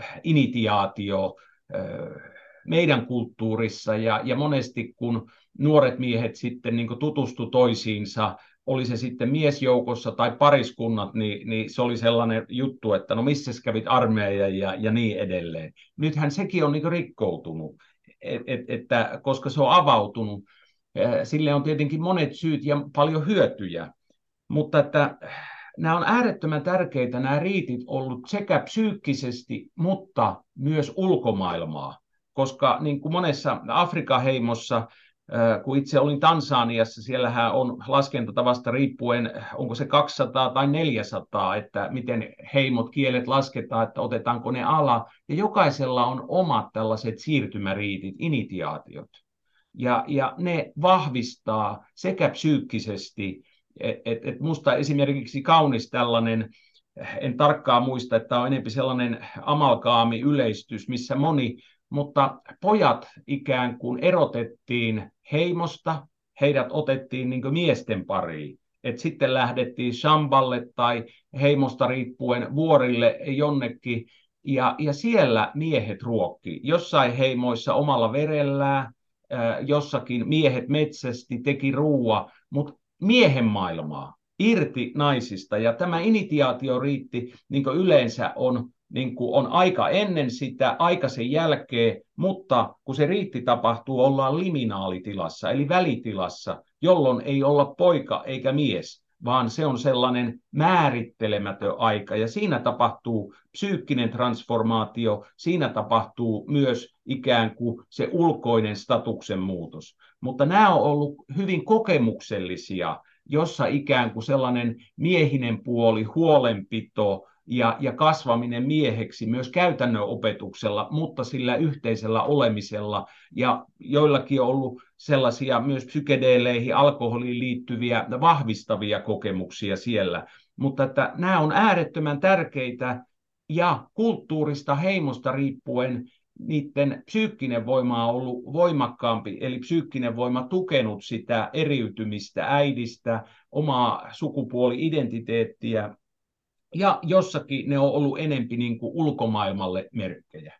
initiaatio ää, meidän kulttuurissa, ja, ja monesti kun nuoret miehet sitten niin kuin tutustu toisiinsa, oli se sitten miesjoukossa tai pariskunnat, niin, niin se oli sellainen juttu, että no missä kävit armeija ja, ja niin edelleen. Nythän sekin on niin kuin rikkoutunut, et, et, että, koska se on avautunut. Sille on tietenkin monet syyt ja paljon hyötyjä, mutta että nämä on äärettömän tärkeitä, nämä riitit ollut sekä psyykkisesti, mutta myös ulkomaailmaa, koska niin kuin monessa Afrikan heimossa, kun itse olin Tansaniassa, siellähän on laskentatavasta riippuen, onko se kaksisataa tai neljäsataa, että miten heimot, kielet lasketaan, että otetaanko ne ala, ja jokaisella on omat tällaiset siirtymäriitit, initiaatiot. Ja, ja ne vahvistaa sekä psyykkisesti, että et, et musta esimerkiksi kaunis tällainen, en tarkkaan muista, että on enemmän sellainen amalgaami-yleistys, missä moni, mutta pojat ikään kuin erotettiin heimosta, heidät otettiin niin kuin miesten pariin. Et sitten lähdettiin Shamballe tai heimosta riippuen vuorille jonnekin, ja, ja siellä miehet ruokki. Jossain heimoissa omalla verellään, jossakin miehet metsästi, teki ruua, mutta miehen maailmaa, irti naisista. Ja tämä initiaatioriitti niin kuin yleensä on, niin kuin on aika ennen sitä, aika sen jälkeen, mutta kun se riitti tapahtuu, ollaan liminaalitilassa, eli välitilassa, jolloin ei olla poika eikä mies, vaan se on sellainen määrittelemätön aika, ja siinä tapahtuu psyykkinen transformaatio, siinä tapahtuu myös ikään kuin se ulkoinen statuksen muutos. Mutta nämä on ollut hyvin kokemuksellisia, jossa ikään kuin sellainen miehinen puoli, huolenpito ja, ja kasvaminen mieheksi myös käytännön opetuksella, mutta sillä yhteisellä olemisella, ja joillakin on ollut sellaisia myös psykedeeleihin, alkoholiin liittyviä vahvistavia kokemuksia siellä, mutta että nämä on äärettömän tärkeitä, ja kulttuurista heimosta riippuen niiden psyykkinen voima on ollut voimakkaampi, eli psyykkinen voima tukenut sitä eriytymistä äidistä, omaa sukupuoli-identiteettiä, ja jossakin ne on ollut enempi niin kuin ulkomaailmalle merkkejä.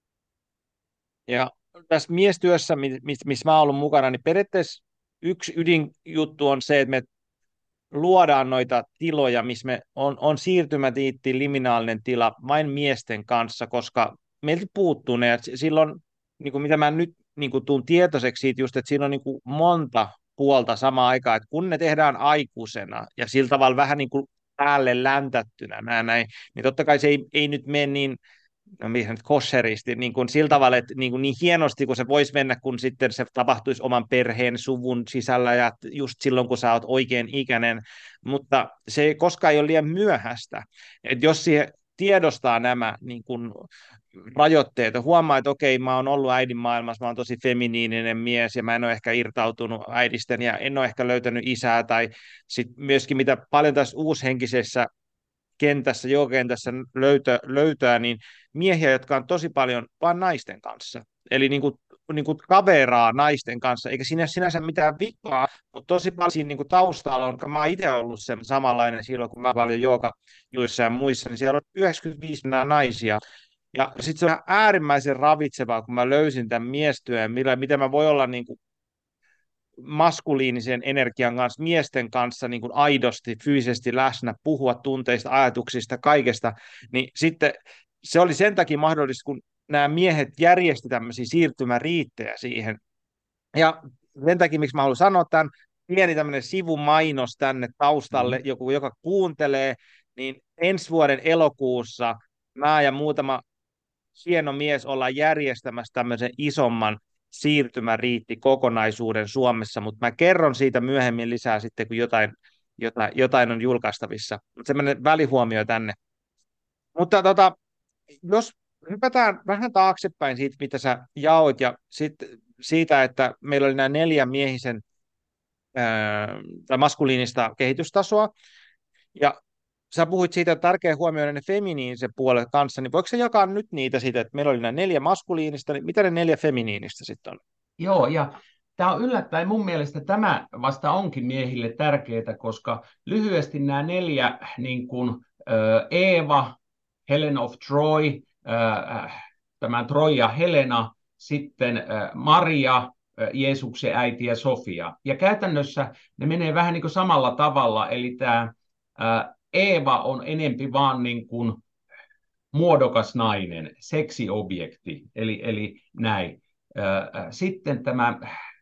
Ja tässä miestyössä, missä mis mä oon ollut mukana, niin periaatteessa yksi ydinjuttu on se, että me luodaan noita tiloja, missä me on, on siirtymätiitti, liminaalinen tila vain miesten kanssa, koska meiltä puuttuu ne. Silloin, niin kuin mitä mä nyt niin kuin tuun tietoiseksi siitä just, että siinä on niin kuin monta puolta samaan aikaan, että kun ne tehdään aikuisena ja sillä tavalla vähän niin kuin päälle läntättynä, nämä näin, niin totta kai se ei, ei nyt mene niin, no missä nyt kosheristi, niin kuin sillä tavalla, että niin, kuin niin hienosti kuin se voisi mennä, kun sitten se tapahtuisi oman perheen, suvun sisällä ja just silloin, kun sä oot oikein ikäinen, mutta se ei koskaan ei ole liian myöhäistä. Että jos siihen tiedostaa nämä niin kuin rajoitteet ja huomaa, että okei, mä oon ollut äidin maailmassa, mä oon tosi feminiininen mies ja mä en ole ehkä irtautunut äidisten ja en ole ehkä löytänyt isää tai sitten myöskin mitä paljon tässä uushenkisessä kentässä, joogakentässä löytää, löytää, niin miehiä, jotka on tosi paljon vain naisten kanssa. Eli niin kuin, niin kuin kaveraa naisten kanssa, eikä siinä sinänsä mitään vikaa, mutta tosi paljon siinä niin kuin taustalla on, mä oon itse ollut sen samanlainen silloin, kun mä paljon joogajuissa ja muissa, niin siellä on yhdeksänkymmentäviisi naisia. Ja sitten se on äärimmäisen ravitsevaa, kun mä löysin tämän miestyön, millä, miten mä voi olla niin kuin maskuliinisen energian kanssa, miesten kanssa niin kuin aidosti, fyysisesti läsnä, puhua tunteista, ajatuksista, kaikesta, niin sitten se oli sen takia mahdollista, kun nämä miehet järjesti tämmöisiä siirtymäriittejä siihen. Ja sen takia, miksi mä haluan sanoa tämän, pieni tämmöinen sivumainos tänne taustalle, Mm-hmm. joku, joka kuuntelee, niin ensi vuoden elokuussa mä ja muutama hieno mies ollaan järjestämässä tämmöisen isomman siirtymäriitti kokonaisuuden Suomessa, mutta mä kerron siitä myöhemmin lisää sitten, kun jotain, jotain, jotain on julkaistavissa. Semmoinen välihuomio tänne. Mutta tota, jos hypätään vähän taaksepäin siitä, mitä sä jaoit, ja sit, siitä, että meillä oli nämä neljä miehisen ää, tai maskuliinista kehitystasoa, ja sä puhuit siitä, että tärkeä huomioida ne feminiiniset puolet kanssa, niin voiko sä jakaa nyt niitä siitä, että meillä oli nämä neljä maskuliinista, niin mitä ne neljä feminiinistä sitten on? Joo, ja tämä on yllättäen, mun mielestä tämä vasta onkin miehille tärkeää, koska lyhyesti nämä neljä, niin kuin Eeva, Helen of Troy, tämä Troja Helena, sitten Maria, Jeesuksen äiti ja Sofia. Ja käytännössä ne menee vähän niin kuin samalla tavalla, eli tämä Eeva on enempi vaan niin kuin muodokas nainen, seksiobjekti, eli, eli näin. Sitten tämä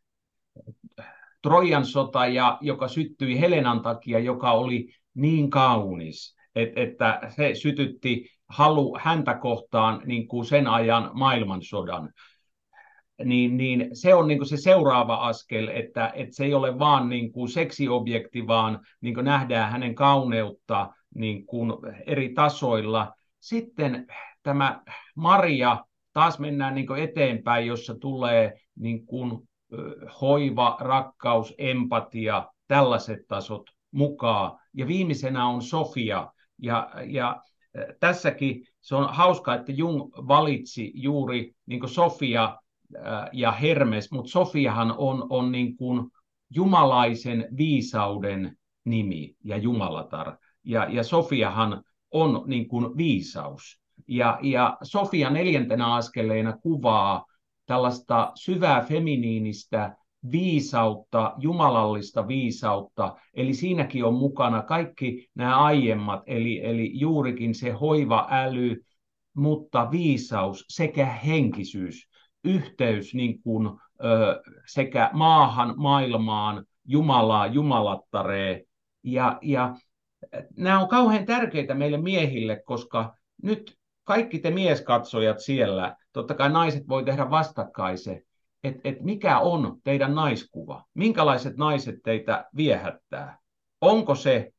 Trojan sota, ja, joka syttyi Helenan takia, joka oli niin kaunis, et, että se sytytti halu häntä kohtaan niin kuin sen ajan maailmansodan. Niin, niin se on niin kuin se seuraava askel, että, että se ei ole vaan niin kuin seksiobjekti, vaan niin kuin nähdään hänen kauneutta niin kuin eri tasoilla. Sitten tämä Maria, taas mennään niin kuin eteenpäin, jossa tulee niin kuin hoiva, rakkaus, empatia, tällaiset tasot mukaan. Ja viimeisenä on Sofia. Ja, ja tässäkin se on hauska, että Jung valitsi juuri niin kuin Sofia ja Hermes, mutta Sofiahan on, on niin kuin jumalaisen viisauden nimi ja jumalatar. Ja, ja Sofiahan on niin kuin viisaus. Ja, ja Sofia neljäntenä askeleena kuvaa tällaista syvää feminiinistä viisautta, jumalallista viisautta, eli siinäkin on mukana kaikki nämä aiemmat, eli, eli juurikin se hoiva, äly, mutta viisaus sekä henkisyys, yhteys niin kuin, ö, sekä maahan, maailmaan, Jumalaa, jumalattareen, ja, ja nämä on kauhean tärkeitä meille miehille, koska nyt kaikki te mieskatsojat siellä, totta kai naiset voi tehdä vastakkaisen, että et mikä on teidän naiskuva? Minkälaiset naiset teitä viehättää? Onko se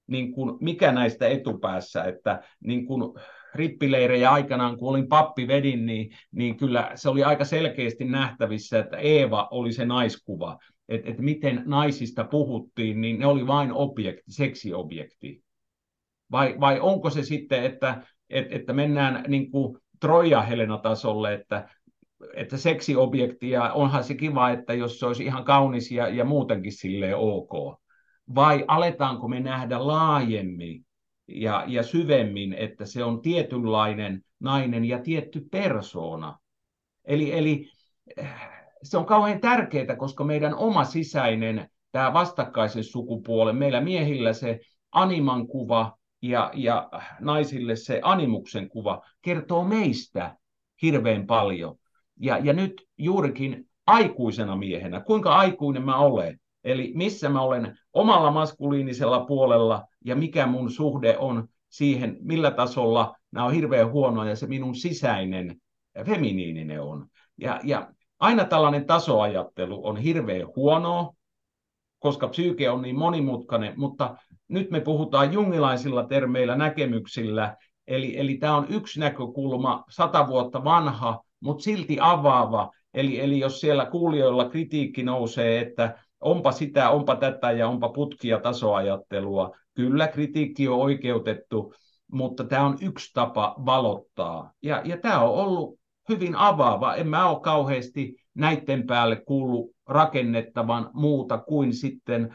niin kuin, mikä näistä etupäässä, että niin kuin rippileirejä aikanaan, kun olin pappi vedin, niin, niin kyllä se oli aika selkeästi nähtävissä, että Eeva oli se naiskuva, että, että miten naisista puhuttiin, niin ne oli vain objekti, seksiobjekti. Vai, vai onko se sitten, että, että, että mennään niin kuin Troija-Helena-tasolle, että, että seksiobjekti, ja onhan se kiva, että jos se olisi ihan kaunis ja, ja muutenkin silleen ok. Vai aletaanko me nähdä laajemmin ja, ja syvemmin, että se on tietynlainen nainen ja tietty persoona. Eli, eli se on kauhean tärkeää, koska meidän oma sisäinen, tämä vastakkaisen sukupuolen, meillä miehillä se animan kuva ja, ja naisille se animuksen kuva kertoo meistä hirveän paljon. Ja, ja nyt juurikin aikuisena miehenä, kuinka aikuinen mä olen, eli missä mä olen omalla maskuliinisella puolella ja mikä mun suhde on siihen, millä tasolla nämä on hirveän huonoja ja se minun sisäinen feminiininen on. Ja, ja aina tällainen tasoajattelu on hirveän huonoa, koska psyyke on niin monimutkainen, mutta nyt me puhutaan jungilaisilla termeillä, näkemyksillä, eli, eli tämä on yksi näkökulma, sata vuotta vanha, mutta silti avaava, eli, eli jos siellä kuulijoilla kritiikki nousee, että onpa sitä, onpa tätä ja onpa putkia tasoajattelua, kyllä kritiikki on oikeutettu, mutta tämä on yksi tapa valottaa, ja, ja tämä on ollut hyvin avaava, en mä ole kauheasti näiden päälle kuullut rakennettavan muuta kuin sitten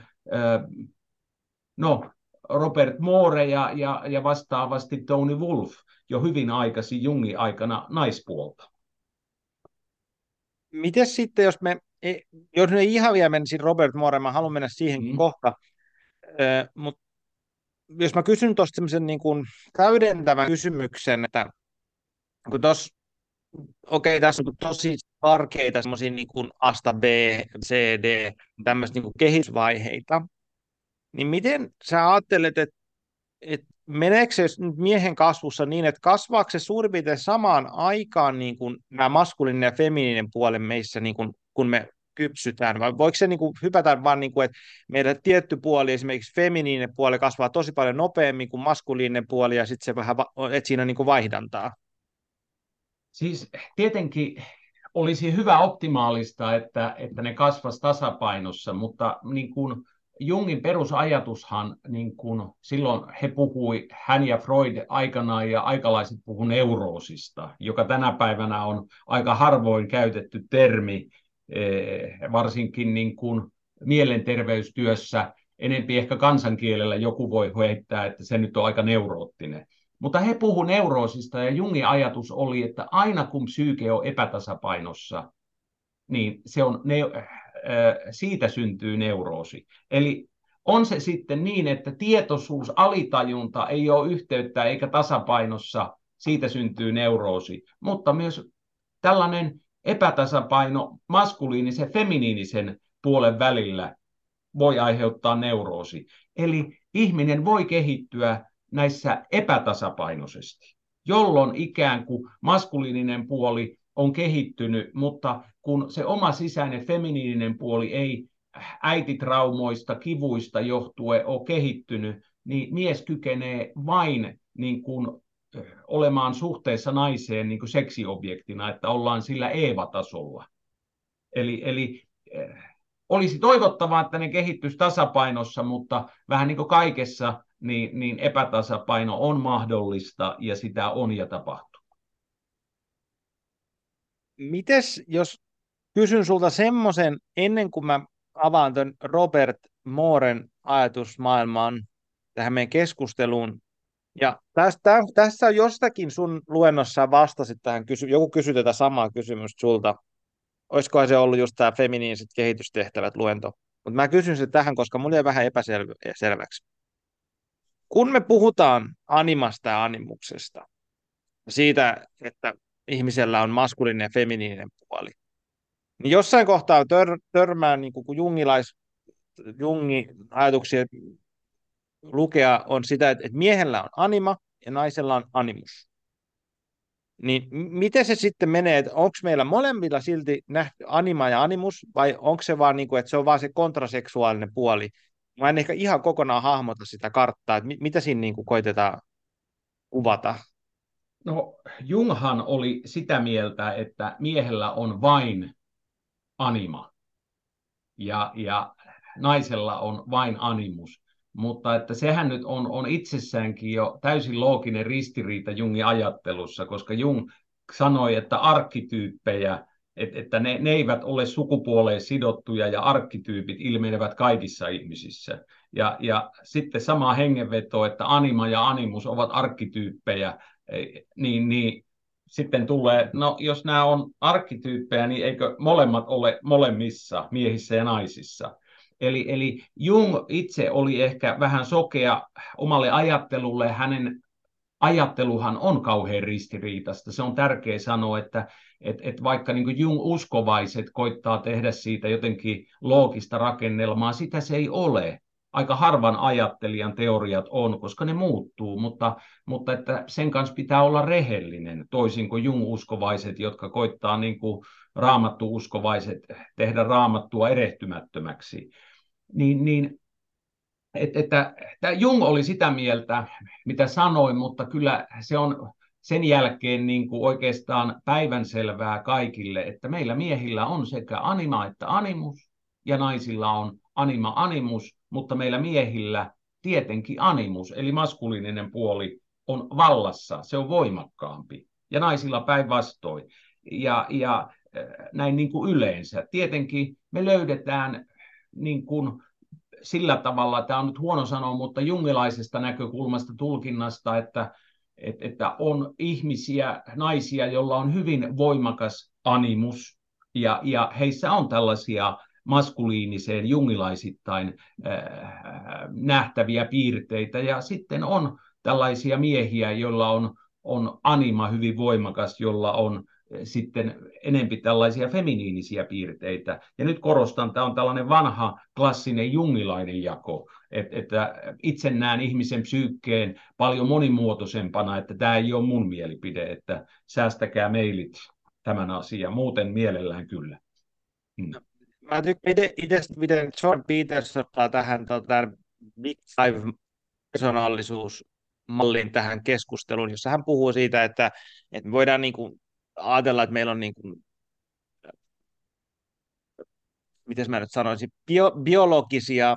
no, Robert Moore ja, ja, ja vastaavasti Tony Wolff jo hyvin aikaisin Jungin aikana naispuolta. Miten sitten, jos me, jos me ihan vielä menisin Robert Moore, mä haluan mennä siihen mm. kohta, mutta jos mä kysyn tuosta semmoisen niin kuin täydentävän kysymyksen, että kun tuossa okei, tässä on tosi karkeita semmoisia niin kuin asta B, C, D, tämmöistä niin kuin kehitysvaiheita. Niin miten sä ajattelet, että, että meneekö se miehen kasvussa niin, että kasvaako se suurin piirtein samaan aikaan niin kuin nämä maskuliininen ja feminiininen puoli meissä, niin kuin, kun me kypsytään, vai voiko se niin kuin hypätä vaan, niin kuin, että meidän tietty puoli, esimerkiksi feminiininen puoli kasvaa tosi paljon nopeammin kuin maskuliininen puoli, ja sitten se vähän, että siinä on niin kuin vaihdantaa? Siis tietenkin olisi hyvä optimaalista, että, että ne kasvaisi tasapainossa, mutta niin kuin Jungin perusajatushan, niin kuin silloin he puhui, hän ja Freud aikanaan ja aikalaiset puhui neuroosista, joka tänä päivänä on aika harvoin käytetty termi, varsinkin niin kuin mielenterveystyössä, enempi ehkä kansankielellä joku voi heittää, että se nyt on aika neuroottinen. Mutta he puhuivat neuroosista ja Jungin ajatus oli, että aina kun psyyke on epätasapainossa, niin se on ne, äh, siitä syntyy neuroosi. Eli on se sitten niin, että tietoisuus, alitajunta ei ole yhteyttä eikä tasapainossa, siitä syntyy neuroosi. Mutta myös tällainen epätasapaino maskuliinisen ja feminiinisen puolen välillä voi aiheuttaa neuroosi. Eli ihminen voi kehittyä näissä epätasapainoisesti, jolloin ikään kuin maskuliininen puoli on kehittynyt, mutta kun se oma sisäinen feminiininen puoli ei äititraumoista, kivuista johtuen ole kehittynyt, niin mies kykenee vain niin kuin olemaan suhteessa naiseen niin kuin seksiobjektina, että ollaan sillä Eeva-tasolla. Eli, eli olisi toivottavaa, että ne kehittyisi tasapainossa, mutta vähän niin kuin kaikessa, niin, niin epätasapaino on mahdollista ja sitä on ja tapahtuu. Mites, jos kysyn sulta semmoisen, ennen kuin mä avaan tämän Robert Mooren ajatusmaailmaan tähän meidän keskusteluun, ja tästä, tässä on jostakin sun luennossa vastasit tähän, kysy, joku kysyi tätä samaa kysymystä sulta, olisikohan se ollut just tämä feminiiniset kehitystehtävät luento, mutta mä kysyn se tähän, koska mulla jäi vähän epäselväksi. Kun me puhutaan animasta ja animuksesta, siitä, että ihmisellä on maskuliininen ja feminiininen puoli, niin jossain kohtaa tör, törmää, niin kuin Jungilais, Jungin ajatuksia lukea on sitä, että miehellä on anima ja naisella on animus. Niin miten se sitten menee, että onko meillä molemmilla silti nähty anima ja animus, vai onko se vaan niin kuin, että se on vaan se kontraseksuaalinen puoli, Mä en ehkä ihan kokonaan hahmota sitä karttaa, että mit, mitä siinä niin kuin koitetaan kuvata. No, Junghan oli sitä mieltä, että miehellä on vain anima ja, ja naisella on vain animus. Mutta että sehän nyt on, on itsessäänkin jo täysin looginen ristiriita Jungin ajattelussa, koska Jung sanoi, että arkkityyppejä, että, että ne, ne eivät ole sukupuoleen sidottuja ja arkkityypit ilmenevät kaikissa ihmisissä. Ja, ja sitten sama hengenveto, että anima ja animus ovat arkkityyppejä, niin, niin sitten tulee, no jos nämä on arkkityyppejä, niin eikö molemmat ole molemmissa, miehissä ja naisissa? Eli, eli Jung itse oli ehkä vähän sokea omalle ajattelulle. Hänen ajatteluhan on kauhean ristiriitaista. Se on tärkeä sanoa, että et, et vaikka niin kuin Jung-uskovaiset koittaa tehdä siitä jotenkin loogista rakennelmaa, sitä se ei ole. Aika harvan ajattelijan teoriat on, koska ne muuttuu, mutta, mutta että sen kanssa pitää olla rehellinen, toisin kuin Jung-uskovaiset, jotka koittaa niin kuin raamattu-uskovaiset tehdä raamattua erehtymättömäksi. Niin, niin että, että, että Jung oli sitä mieltä, mitä sanoin, mutta kyllä se on sen jälkeen niin kuin oikeastaan päivänselvää kaikille, että meillä miehillä on sekä anima että animus, ja naisilla on anima animus, mutta meillä miehillä tietenkin animus, eli maskuliininen puoli on vallassa, se on voimakkaampi, ja naisilla päinvastoin. Ja, ja näin niin kuin yleensä. Tietenkin me löydetään niin kuin sillä tavalla, tämä on nyt huono sanoa, mutta jungilaisesta näkökulmasta tulkinnasta, että, että, että on ihmisiä, naisia, joilla on hyvin voimakas animus, ja, ja heissä on tällaisia maskuliiniseen jungilaisittain äh, nähtäviä piirteitä, ja sitten on tällaisia miehiä, joilla on, on anima hyvin voimakas, jolla on sitten enempi tällaisia feminiinisiä piirteitä. Ja nyt korostan, tämä on tällainen vanha klassinen jungilainen jako, että, että itse näen ihmisen psyykkeen paljon monimuotoisempana, että tämä ei ole mun mielipide, että säästäkää mailit tämän asian, muuten mielellään kyllä. Hmm. Mä tykkään itse, miten John Peters ottaa tähän tota, Big Five-persoonallisuusmallin tähän keskusteluun, jossa hän puhuu siitä, että, että me voidaan niin kuin ajatella, että meillä on niin kuin, miten mä nyt sanoisin, bio, biologisia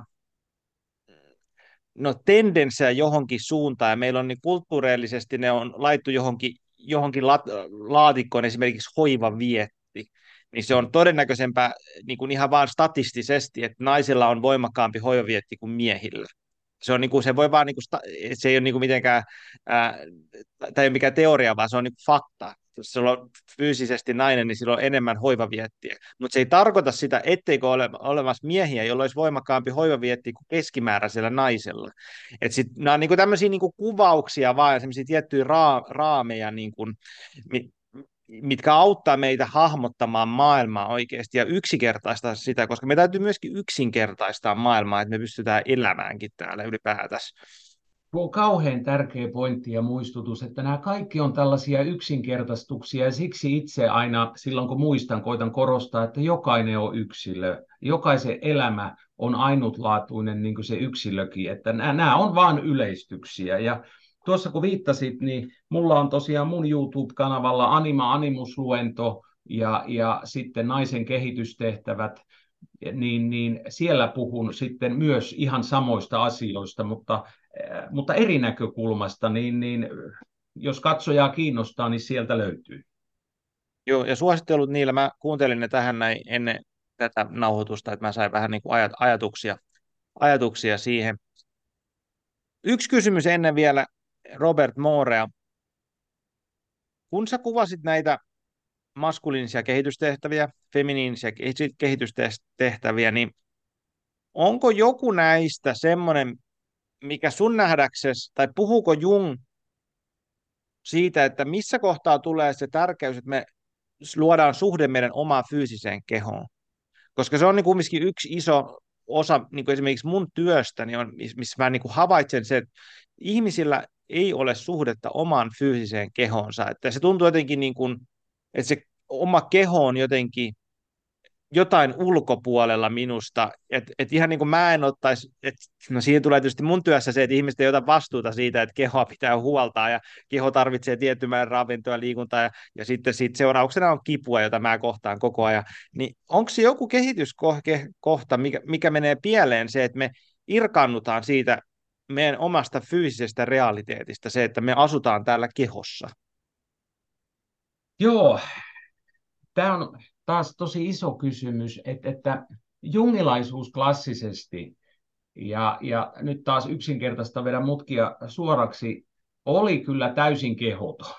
no, tendenssejä johonkin suuntaan, ja meillä on niin kulttuurillisesti ne on laittu johonkin, johonkin la, laatikkoon, esimerkiksi hoivavietti, niin se on todennäköisempää niin kuin ihan vaan statistisesti, että naisilla on voimakkaampi hoivavietti kuin miehillä. Se on niin kuin, se voi vaan, niin kuin, se ei ole niin kuin mitenkään, ää, tai ei ole mikään teoria, vaan se on niin kuin fakta. Jos se on fyysisesti nainen, niin sillä on enemmän hoivaviettiä. Mutta se ei tarkoita sitä, etteikö ole olemassa miehiä, joilla olisi voimakkaampi hoivavietti kuin keskimääräisellä naisella. Et sit, nämä on niin kuin tämmöisiä niin kuin kuvauksia vaan, ja semmoisia tiettyjä raa, raameja, niin kuin, mitkä auttaa meitä hahmottamaan maailmaa oikeasti ja yksinkertaistaa sitä, koska me täytyy myöskin yksinkertaistaa maailmaa, että me pystytään elämäänkin täällä ylipäätänsä. Tuo on kauhean tärkeä pointti ja muistutus, että nämä kaikki on tällaisia yksinkertaistuksia, ja siksi itse aina silloin kun muistan, koitan korostaa, että jokainen on yksilö. Jokaisen elämä on ainutlaatuinen, niin kuin se yksilökin, että nämä on vain yleistyksiä. Ja tuossa kun viittasit, niin mulla on tosiaan mun YouTube-kanavalla Anima Animus-luento ja, ja sitten naisen kehitystehtävät, niin, niin siellä puhun sitten myös ihan samoista asioista, mutta, mutta eri näkökulmasta, niin, niin jos katsojaa kiinnostaa, niin sieltä löytyy. Joo, ja suosittelut niillä, mä kuuntelin ne tähän näin ennen tätä nauhoitusta, että mä sain vähän niin kuin ajat, ajatuksia, ajatuksia siihen. Yksi kysymys ennen vielä Robert Moorea. Kun sä kuvasit näitä maskuliinisia kehitystehtäviä, feminiinisiä kehitystehtäviä, niin onko joku näistä semmoinen, mikä sun nähdäksesi, tai puhuuko Jung siitä, että missä kohtaa tulee se tärkeys, että me luodaan suhde meidän omaan fyysiseen kehoon? Koska se on niin kumminkin yksi iso osa niin kuin esimerkiksi mun työstäni, on, missä mä niin kuin havaitsen se, että ihmisillä ei ole suhdetta omaan fyysiseen kehoonsa. Että se tuntuu jotenkin, niin kuin, että se oma keho on jotenkin jotain ulkopuolella minusta, että et ihan niin kuin mä en ottaisi, että no siinä tulee tietysti mun työssä se, että ihmiset ei ota vastuuta siitä, että kehoa pitää huoltaa ja keho tarvitsee tietyn määrän ravintoa ja liikuntaa ja, ja sitten siitä seurauksena on kipua, jota mä kohtaan koko ajan, niin onko se joku kehityskohta, mikä, mikä menee pieleen se, että me irkaannutaan siitä meidän omasta fyysisestä realiteetista, se, että me asutaan täällä kehossa? Joo, tämä on taas tosi iso kysymys, että, että jungilaisuus klassisesti, ja, ja nyt taas yksinkertaista vedä mutkia suoraksi, oli kyllä täysin kehoton.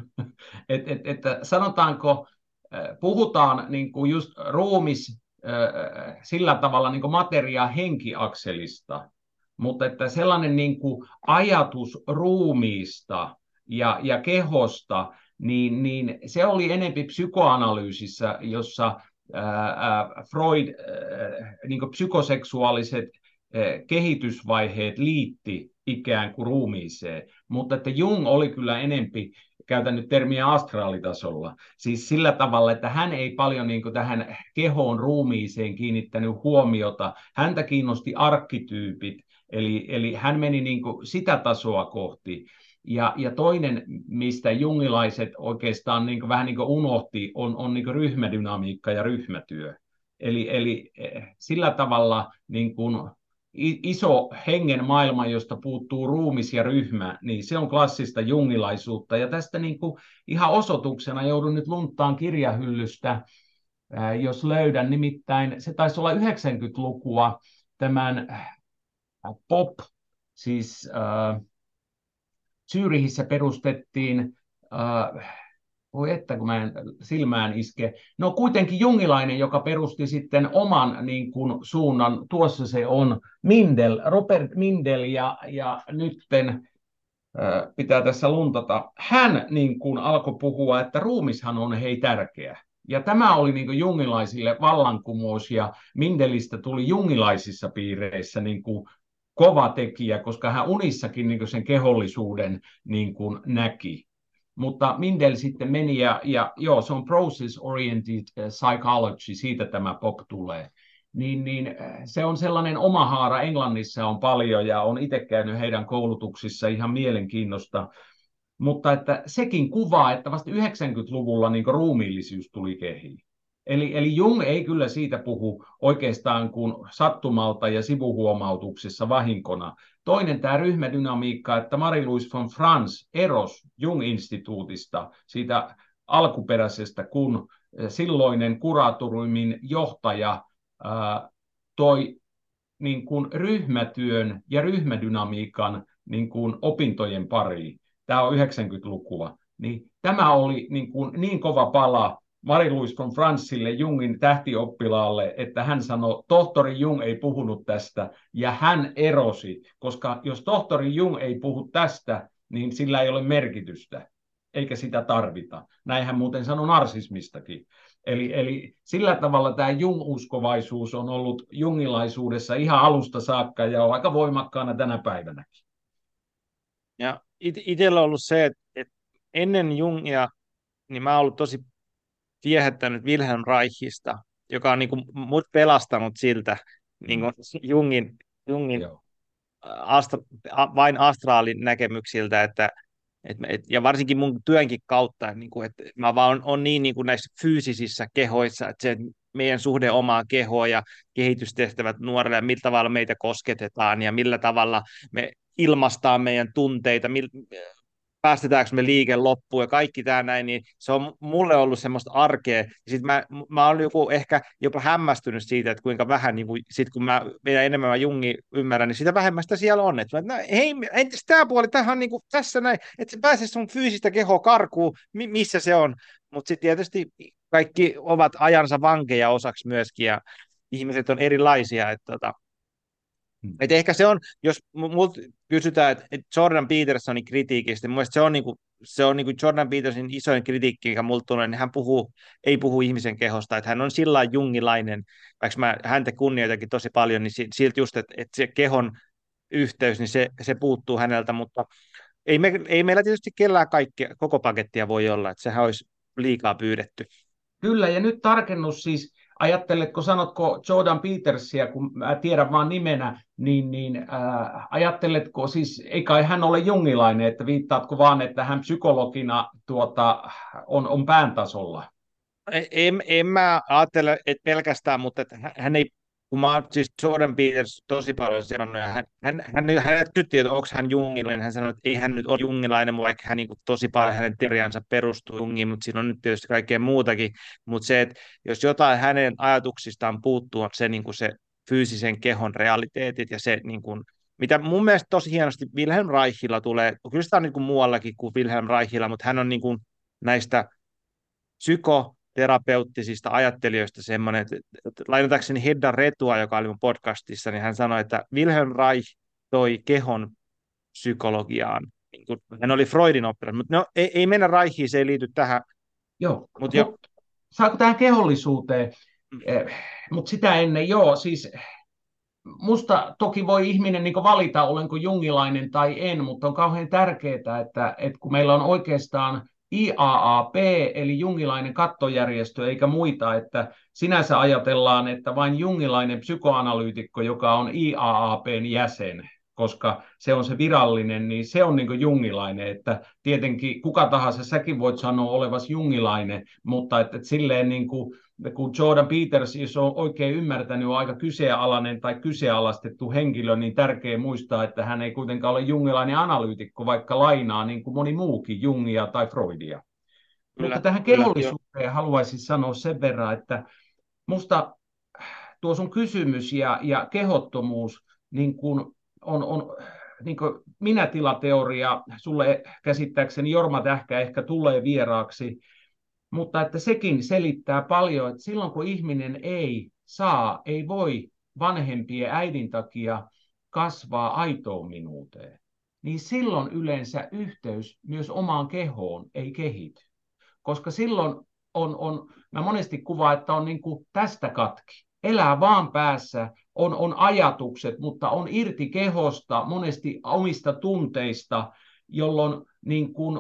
Et, et, että sanotaanko, puhutaan niin kuin just ruumis sillä tavalla niin kuin materia-henkiakselista, mutta että sellainen niin kuin ajatus ruumiista ja, ja kehosta, niin, niin se oli enempi psykoanalyysissä, jossa ää, Freud, ää, niin kuin psykoseksuaaliset ää, kehitysvaiheet liitti ikään kuin ruumiiseen, mutta että Jung oli kyllä enempi, käytän nyt termiä astraalitasolla, siis sillä tavalla, että hän ei paljon niin kuin tähän kehoon ruumiiseen kiinnittänyt huomiota, häntä kiinnosti arkkityypit, eli, eli hän meni niin kuin sitä tasoa kohti. Ja, ja toinen, mistä jungilaiset oikeastaan niin kuin, vähän niin kuin unohti, on, on niin kuin ryhmädynamiikka ja ryhmätyö. Eli, eli sillä tavalla niin kuin iso hengen maailma, josta puuttuu ruumis ja ryhmä, niin se on klassista jungilaisuutta. Ja tästä niin kuin ihan osoituksena joudun nyt lunttaan kirjahyllystä, jos löydän. Nimittäin se taisi olla yhdeksänkymmentälukua tämän pop, siis äh, Zyrihissä perustettiin, äh, voi että kun mä en silmään iske, no kuitenkin jungilainen, joka perusti sitten oman niin kuin, suunnan, tuossa se on Mindel, Robert Mindel, ja, ja nytten äh, pitää tässä luntata, hän niin kuin alkoi puhua, että ruumishan on hei tärkeä. Ja tämä oli niin kuin jungilaisille vallankumous, ja Mindelistä tuli jungilaisissa piireissä niin kuin kova tekijä, koska hän unissakin niin kuin sen kehollisuuden niin kuin näki. Mutta Mindel sitten meni, ja, ja joo, se on process-oriented psychology, siitä tämä pop tulee. Niin, niin se on sellainen oma haara, Englannissa on paljon, ja on itse käynyt heidän koulutuksissa ihan mielenkiinnosta. Mutta että sekin kuvaa, että vasta yhdeksänkymmentäluvulla niin kuin ruumiillisyys tuli kehiin. Eli, eli Jung ei kyllä siitä puhu oikeastaan kuin sattumalta ja sivuhuomautuksessa vahinkona. Toinen tämä ryhmädynamiikka, että Marie-Louise von Franz erosi Jung-instituutista, siitä alkuperäisestä, kun silloinen kuratoriumin johtaja ää, toi niin kuin ryhmätyön ja ryhmädynamiikan niin kuin opintojen pariin. Tämä on yhdeksänkymmentälukua. Niin tämä oli niin, kuin niin kova pala Marie-Louise von Franzille, Jungin tähtioppilaalle, että hän sanoi, tohtori Jung ei puhunut tästä, ja hän erosi, koska jos tohtori Jung ei puhu tästä, niin sillä ei ole merkitystä, eikä sitä tarvita. Näin hän muuten sanoi narsismistakin. Eli, eli sillä tavalla tämä Jung-uskovaisuus on ollut jungilaisuudessa ihan alusta saakka, ja on aika voimakkaana tänä päivänäkin. Ja itsellä on ollut se, että, että ennen Jungia, niin mä oon ollut tosi viehättänyt Wilhelm Reichista, joka on niin kuin mut pelastanut siltä niin kuin Jungin, Jungin astra, vain astraalin näkemyksiltä, että et, et, ja varsinkin mun työnkin kautta, niin kuin, että mä vaan on, on niin, niin kuin näissä fyysisissä kehoissa, että se meidän suhde omaan kehoon ja kehitystehtävät nuorille ja millä tavalla meitä kosketetaan ja millä tavalla me ilmaistaan meidän tunteita, mil, päästetäänkö me liike loppuun ja kaikki tämä näin, niin se on mulle ollut semmoista arkea. Sitten mä, mä olen joku ehkä jopa hämmästynyt siitä, että kuinka vähän, niin kuin, sit kun mä vielä enemmän mä Jungi ymmärrän, niin sitä vähemmän sitä siellä on. Että mä, hei, entäs tämä puoli, tähän niin kuin tässä näin, että se pääsee sun fyysistä kehoa karkuun, mi- missä se on. Mutta sitten tietysti kaikki ovat ajansa vankeja osaksi myöskin, ja ihmiset on erilaisia, että tota, et ehkä se on, jos multa kysytään, että et Jordan Petersonin kritiikistä, niin mun mielestä se on, niinku, se on niinku Jordan Petersonin isoin kritiikki, mikä multa tulee, niin hän puhuu, ei puhu ihmisen kehosta, että hän on sillä lailla jungilainen, vaikka mä häntä kunnioitakin tosi paljon, niin silti just, että, että se kehon yhteys, niin se, se puuttuu häneltä, mutta ei, me, ei meillä tietysti kellään kaikkea, koko pakettia voi olla, että sehän olisi liikaa pyydetty. Kyllä, ja nyt tarkennus siis, ajatteletko, sanotko Jordan Petersia, kun mä tiedän vaan nimenä, niin, niin äh, ajatteletko, siis ei kai hän ole jungilainen, että viittaatko vaan, että hän psykologina tuota, on, on pään tasolla? En, en mä ajattele, että pelkästään, mutta että hän hän ei, kun mä oon siis Jordan Peters tosi paljon seurannut, ja hän, hän, hän, hän kysyttiin, että onko hän jungilainen, hän sanoi, että ei hän nyt ole jungilainen, vaikka hän niin kuin, tosi paljon hänen teoriansa perustuu jungiin, mutta siinä on nyt tietysti kaikkea muutakin, mutta se, että jos jotain hänen ajatuksistaan puuttuu, on se, niin kuin se fyysisen kehon realiteetit ja se, niin kuin, mitä mun mielestä tosi hienosti Wilhelm Reichilla tulee, kyllä sitä on niin kuin muuallakin kuin Wilhelm Reichilla, mutta hän on niin kuin näistä psykoterapeuttisista ajattelijoista semmoinen, että että lainatakseni Hedda Retua, joka oli mun podcastissa, niin hän sanoi, että Wilhelm Reich toi kehon psykologiaan. Niin kuin, hän oli Freudin oppilas, mutta no, ei, ei mennä Reichiin, se ei liity tähän. Joo, Mutta jo, mutta saako tähän kehollisuuteen? Eh, mutta sitä ennen, joo, siis musta toki voi ihminen niin valita, olenko jungilainen tai en, mutta on kauhean tärkeää, että, että kun meillä on oikeastaan I A A P, eli jungilainen kattojärjestö, eikä muita, että sinänsä ajatellaan, että vain jungilainen psykoanalyytikko, joka on I A A P:n jäsen, koska se on se virallinen, niin se on niin jungilainen, että tietenkin kuka tahansa, säkin voit sanoa olevas jungilainen, mutta että, että silleen niin kuin kun Jordan Peters, jos on oikein ymmärtänyt, on aika kyseenalainen tai kyseenalaistettu henkilö, niin tärkeää muistaa, että hän ei kuitenkaan ole jungilainen analyytikko, vaikka lainaa niin kuin moni muukin Jungia tai Freudia. Mutta kyllä, tähän kyllä, jo. kehollisuuteen haluaisin sanoa sen verran, että musta tuo sun kysymys ja, ja kehottomuus niin kuin on, on niin kuin minätilateoria, sulle käsittääkseni Jorma Tähkä ehkä tulee vieraaksi, mutta että sekin selittää paljon, että silloin kun ihminen ei saa, ei voi vanhempien äidin takia kasvaa aitoon minuuteen, niin silloin yleensä yhteys myös omaan kehoon ei kehity. Koska silloin on, on mä monesti kuvaan, että on niin kuin tästä katki. Elää vaan päässä, on, on ajatukset, mutta on irti kehosta, monesti omista tunteista, jolloin niin kuin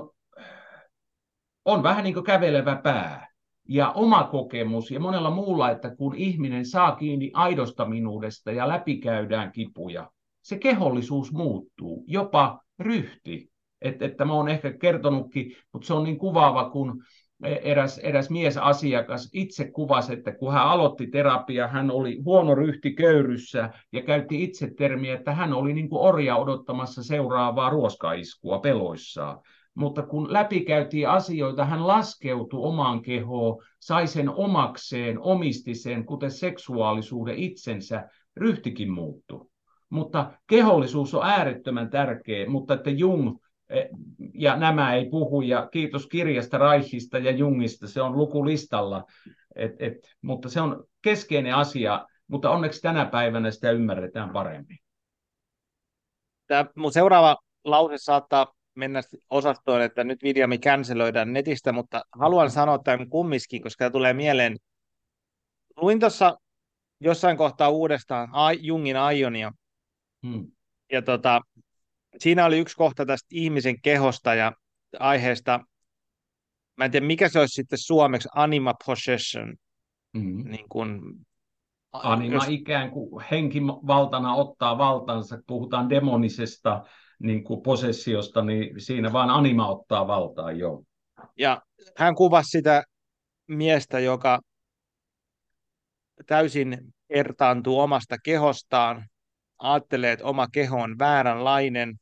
on vähän niin kuin kävelevä pää. Ja oma kokemus ja monella muulla, että kun ihminen saa kiinni aidosta minuudesta ja läpikäydään kipuja, se kehollisuus muuttuu, jopa ryhti. Et, että mä oon ehkä kertonutkin, mutta se on niin kuvaava, kun eräs, eräs miesasiakas itse kuvasi, että kun hän aloitti terapia, hän oli huono ryhti köyryssä ja käytti itse termiä, että hän oli niin kuin orja odottamassa seuraavaa ruoskaiskua peloissaan. Mutta kun läpikäytiin asioita, hän laskeutui omaan kehoon, sai sen omakseen, omisti sen, kuten seksuaalisuuden itsensä, ryhtikin muuttui. Mutta kehollisuus on äärettömän tärkeä, mutta että Jung ja nämä ei puhu, ja kiitos kirjasta Reichista ja Jungista, se on lukulistalla, et, et, mutta se on keskeinen asia, mutta onneksi tänä päivänä sitä ymmärretään paremmin. Tämä mun seuraava lause saattaa mennä osastoon, että nyt videomi canceloidaan netistä, mutta haluan sanoa tämän kumminkin, koska tämä tulee mieleen. Luin tuossa jossain kohtaa uudestaan Jungin Aionia, hmm. ja tota, siinä oli yksi kohta tästä ihmisen kehosta ja aiheesta, mä en tiedä mikä se olisi sitten suomeksi, anima possession. Hmm. Niin kun, anima jos ikään kuin henkivaltana ottaa valtansa, puhutaan demonisesta niin kuin possessiosta, niin siinä vaan anima ottaa valtaa, joo. Ja hän kuvasi sitä miestä, joka täysin ertaantuu omasta kehostaan, ajattelee, että oma keho on vääränlainen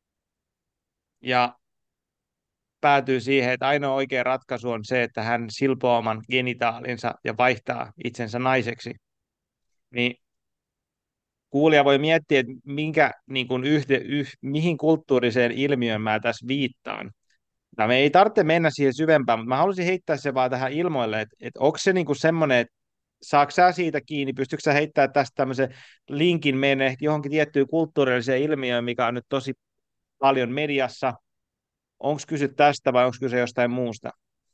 ja päätyy siihen, että ainoa oikea ratkaisu on se, että hän silpoo oman genitaalinsa ja vaihtaa itsensä naiseksi. Niin kuulija voi miettiä, että minkä, niin kuin yhde, yh, mihin kulttuuriseen ilmiöön mä tässä viittaan. No, me ei tarvitse mennä siihen syvempään, mutta mä haluaisin heittää se vaan tähän ilmoille, että, että onko se niin kuin semmoinen, että saako sä siitä kiinni, pystytkö sä heittämään tästä tämmöisen linkin mene johonkin tiettyyn kulttuurilliseen ilmiöön, mikä on nyt tosi paljon mediassa. Onko kyse tästä vai onko kyse jostain muusta?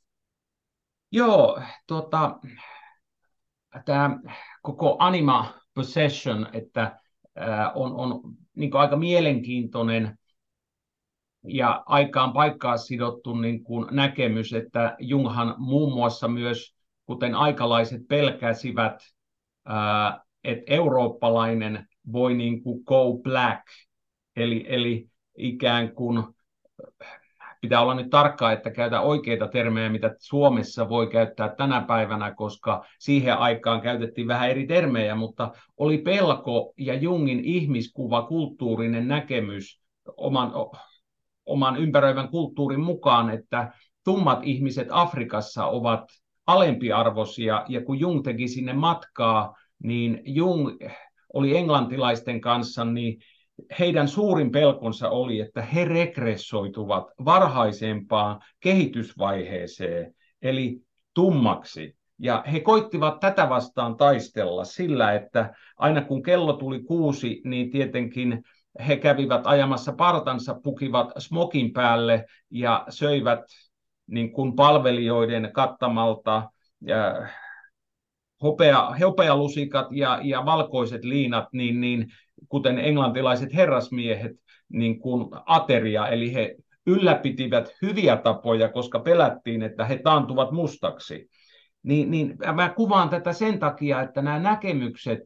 Joo, tota, tämä koko anima possession, että ää, on, on niin kuin aika mielenkiintoinen ja aikaan paikkaan sidottu niin kuin näkemys, että Junghan muun muassa myös kuten aikalaiset pelkäsivät, ää, että eurooppalainen voi niin kuin go black, eli, eli ikään kuin pitää olla nyt tarkkaa, että käytä oikeita termejä, mitä Suomessa voi käyttää tänä päivänä, koska siihen aikaan käytettiin vähän eri termejä, mutta oli pelko ja Jungin ihmiskuva, kulttuurinen näkemys oman, oman ympäröivän kulttuurin mukaan, että tummat ihmiset Afrikassa ovat alempiarvoisia, ja kun Jung teki sinne matkaa, niin Jung oli englantilaisten kanssa, niin heidän suurin pelkonsa oli, että he regressoituvat varhaisempaan kehitysvaiheeseen, eli tummaksi. Ja he koittivat tätä vastaan taistella sillä, että aina kun kello tuli kuusi, niin tietenkin he kävivät ajamassa partansa, pukivat smokin päälle ja söivät niin kuin palvelijoiden kattamalta ja hopea, hopealusikat ja, ja valkoiset liinat, niin, niin kuten englantilaiset herrasmiehet, niin kuin ateria, eli he ylläpitivät hyviä tapoja, koska pelättiin, että he taantuvat mustaksi. Niin, niin mä kuvaan tätä sen takia, että nämä näkemykset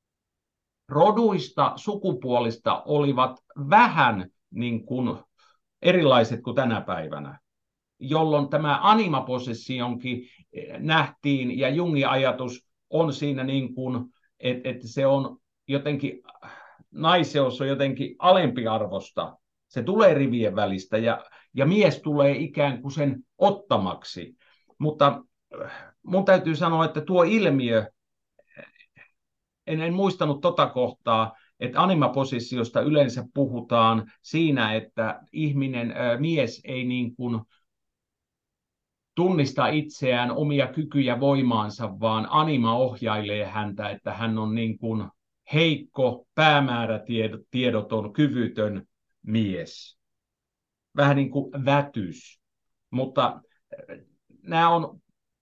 roduista, sukupuolista olivat vähän niin kuin erilaiset kuin tänä päivänä, jolloin tämä animapossessionkin nähtiin, ja Jungin ajatus on siinä niin kuin, että, että se on jotenkin, naiseus on jotenkin alempiarvosta, se tulee rivien välistä, ja, ja mies tulee ikään kuin sen ottamaksi. Mutta mun täytyy sanoa, että tuo ilmiö, en, en muistanut tota kohtaa, että animaposessiosta yleensä puhutaan siinä, että ihminen, mies ei niin kuin tunnista itseään, omia kykyjä, voimaansa, vaan anima ohjailee häntä, että hän on niin kuin heikko, päämäärätiedoton, kyvytön mies. Vähän niin kuin vätys. Mutta nämä on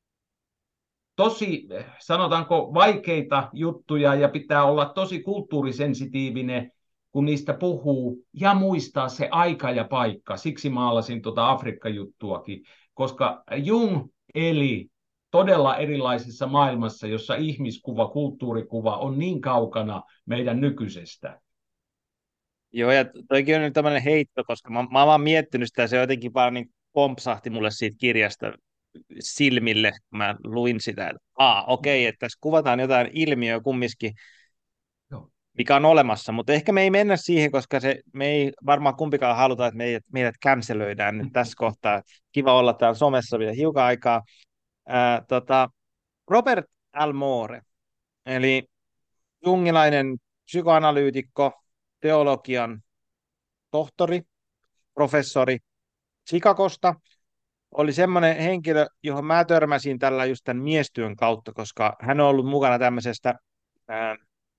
tosi, sanotaanko, vaikeita juttuja ja pitää olla tosi kulttuurisensitiivinen, kun niistä puhuu, ja muistaa se aika ja paikka. Siksi maalasin tuota Afrikka-juttuakin, koska Jung eli todella erilaisessa maailmassa, jossa ihmiskuva, kulttuurikuva on niin kaukana meidän nykyisestä. Joo, ja toikin on nyt tämmöinen heitto, koska mä, mä oon vaan miettinyt sitä, ja se jotenkin vaan niin pompsahti mulle siitä kirjasta silmille, kun mä luin sitä, että aa, okei, että tässä kuvataan jotain ilmiöä kumminkin, Joo. mikä on olemassa, mutta ehkä me ei mennä siihen, koska se, me ei varmaan kumpikaan haluta, että meidät, meidät cancelöidään nyt tässä kohtaa. Kiva olla täällä somessa vielä hiukan aikaa. Ää, tota, Robert L. Moore, eli jungilainen psykoanalyytikko, teologian tohtori, professori Chicagosta, oli semmoinen henkilö, johon mä törmäsin tällä just tämän miestyön kautta, koska hän on ollut mukana tämmöisestä ää,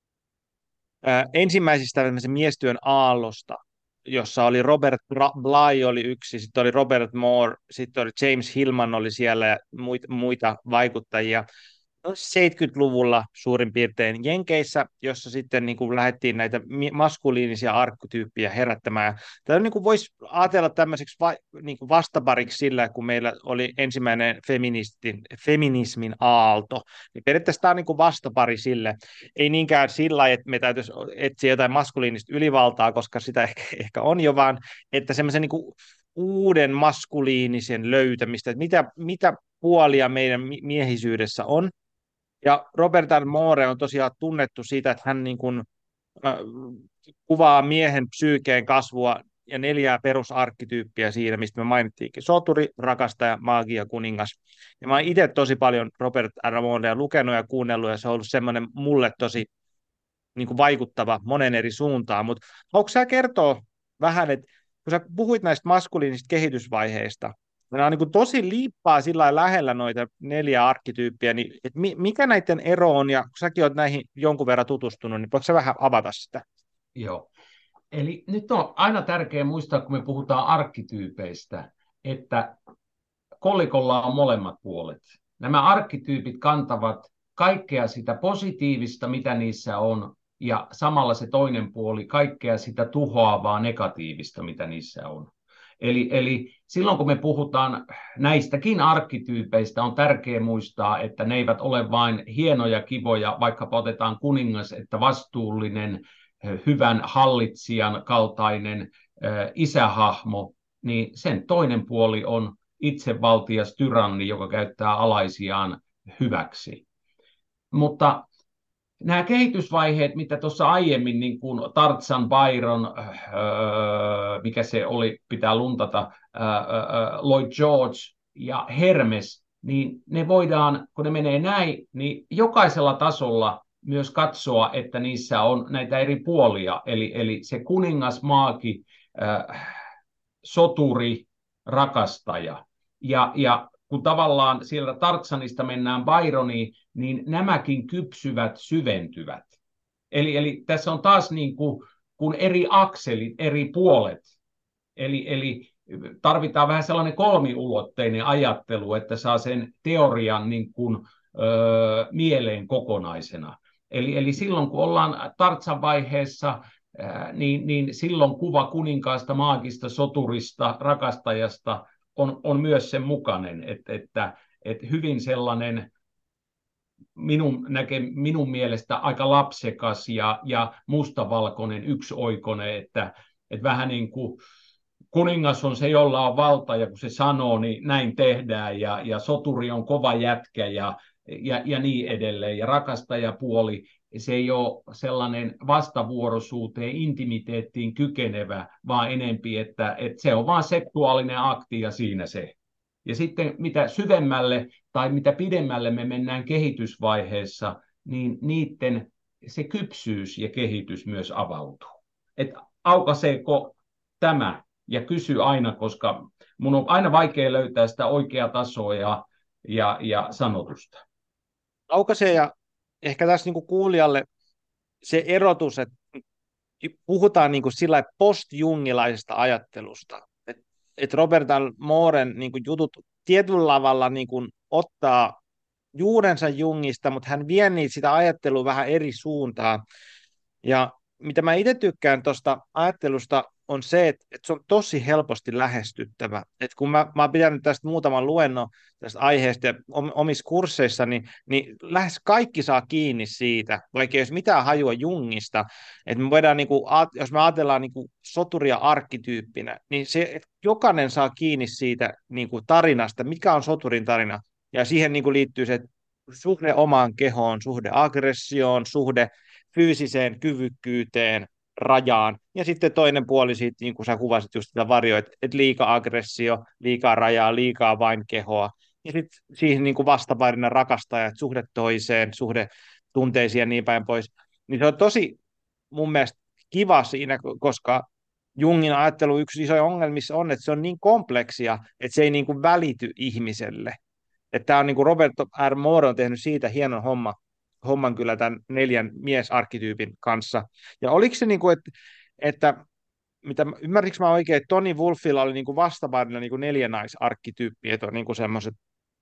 ää, ensimmäisistä miestyön aallosta, jossa oli Robert Bly oli yksi, sitten oli Robert Moore, sitten oli James Hillman oli siellä ja muita, muita vaikuttajia. No, seitsemänkymmentäluvulla suurin piirtein Jenkeissä, jossa sitten niin kuin lähdettiin näitä maskuliinisia arkkityyppejä herättämään. Tämä niin kuin voisi ajatella tämmöiseksi va, niin kuin vastapariksi sillä, kun meillä oli ensimmäinen feminismin aalto. Niin periaatteessa tämä on niin kuin vastapari sille. Ei niinkään sillä, että me täytyisi etsiä jotain maskuliinista ylivaltaa, koska sitä ehkä, ehkä on jo, vaan että semmoisen niin kuin uuden maskuliinisen löytämistä, että mitä, mitä puolia meidän miehisyydessä on. Ja Robert L. Moore on tosiaan tunnettu siitä, että hän niin kuin, äh, kuvaa miehen psyykeen kasvua ja neljää perusarkkityyppiä siinä, mistä me mainittiinkin. Soturi, rakastaja, maagia, kuningas. Ja mä oon itse tosi paljon Robert L. Moorea lukenut ja kuunnellut, ja se on ollut semmoinen mulle tosi niin kuin vaikuttava monen eri suuntaan. Mutta haluatko sä kertoa vähän, että kun sä puhuit näistä maskuliinisista kehitysvaiheista, nämä on niin kuin tosi liippaa sillä lähellä noita neljä arkkityyppiä, niin et mikä näiden ero on, ja kun säkin olet näihin jonkun verran tutustunut, niin voitko sä vähän avata sitä? Joo. Eli nyt on aina tärkeää muistaa, kun me puhutaan arkkityypeistä, että kolikolla on molemmat puolet. Nämä arkkityypit kantavat kaikkea sitä positiivista, mitä niissä on, ja samalla se toinen puoli, kaikkea sitä tuhoavaa negatiivista, mitä niissä on. Eli, eli silloin kun me puhutaan näistäkin arkkityypeistä, on tärkeää muistaa, että ne eivät ole vain hienoja kivoja, vaikkapa otetaan kuningas, että vastuullinen, hyvän hallitsijan kaltainen isähahmo, niin sen toinen puoli on itsevaltias tyranni, joka käyttää alaisiaan hyväksi. Mutta nämä kehitysvaiheet, mitä tuossa aiemmin, niin kuin Tarzan, Byron, öö, mikä se oli, pitää luntata, öö, Lloyd George ja Hermes, niin ne voidaan, kun ne menee näin, niin jokaisella tasolla myös katsoa, että niissä on näitä eri puolia, eli, eli se kuningas, maaki, öö, soturi, rakastaja. Ja, ja kun tavallaan sieltä Tarzanista mennään Byroniin, niin nämäkin kypsyvät, syventyvät. Eli, eli tässä on taas niin kuin, kun eri akselit, eri puolet. Eli, eli tarvitaan vähän sellainen kolmiulotteinen ajattelu, että saa sen teorian niin kuin, ö, mieleen kokonaisena. Eli, eli silloin kun ollaan Tarzan vaiheessa, niin, niin silloin kuva kuninkaasta, maagista, soturista, rakastajasta on, on myös sen mukainen, että, että, että hyvin sellainen minun, näke, minun mielestä aika lapsekas ja, ja mustavalkoinen, yksioikoinen, että, että vähän niin kuin kuningas on se, jolla on valta, ja kun se sanoo, niin näin tehdään, ja, ja soturi on kova jätkä, ja, ja, ja niin edelleen, ja rakastajapuoli, se ei ole sellainen vastavuoroisuuteen, intimiteettiin kykenevä, vaan enempi, että, että se on vain seksuaalinen akti, ja siinä se. Ja sitten mitä syvemmälle tai mitä pidemmälle me mennään kehitysvaiheessa, niin niiden se kypsyys ja kehitys myös avautuu. Että aukaiseeko tämä? Ja kysy aina, koska mun on aina vaikea löytää sitä oikeaa tasoa ja, ja, ja sanotusta. Aukaisee, ja ehkä tässä niin kuin kuulijalle se erotus, että puhutaan niin kuin sillä post-jungilaisesta ajattelusta. Että et Robert L. Mooren niin kuin jutut tietyllä tavalla niin kuin ottaa juurensa Jungista, mutta hän vie niitä sitä ajattelua vähän eri suuntaan. Ja mitä mä itse tykkään tuosta ajattelusta on se, että, että se on tosi helposti lähestyttävä. Että kun mä, mä oon pitänyt tästä muutaman luennon tästä aiheesta ja omissa kursseissani, niin lähes kaikki saa kiinni siitä, vaikka ei olisi mitään hajua Jungista. Että me voidaan, niin kuin, jos me ajatellaan niin kuin soturia arkkityyppinä, niin se, että jokainen saa kiinni siitä niin kuin tarinasta, mikä on soturin tarina. Ja siihen niin kuin liittyy se suhde omaan kehoon, suhde aggressioon, suhde fyysiseen kyvykkyyteen, rajaan. Ja sitten toinen puoli siitä, niin kuin sä kuvasit just sitä varjoa, että, että liika aggressio, liikaa rajaa, liikaa vain kehoa. Ja sitten siihen niin kuin vastapairina rakastajat, suhde toiseen, suhde tunteisiin ja niin päin pois. Niin se on tosi mun mielestä kiva siinä, koska Jungin ajattelu yksi iso ongelmissa on, että se on niin kompleksia, että se ei niin kuin välity ihmiselle. Että tämä on niin kuin Robert R. Moore on tehnyt siitä hienon homma, homman kyllä tämän neljän miesarkkityypin kanssa. Ja oliko se niin kuin, että, että mitä, ymmärsikö mä oikein, että Tony Wolffilla oli niin kuin vastapainona niin kuin neljä naisarkkityyppi, että on niin kuin semmoiset.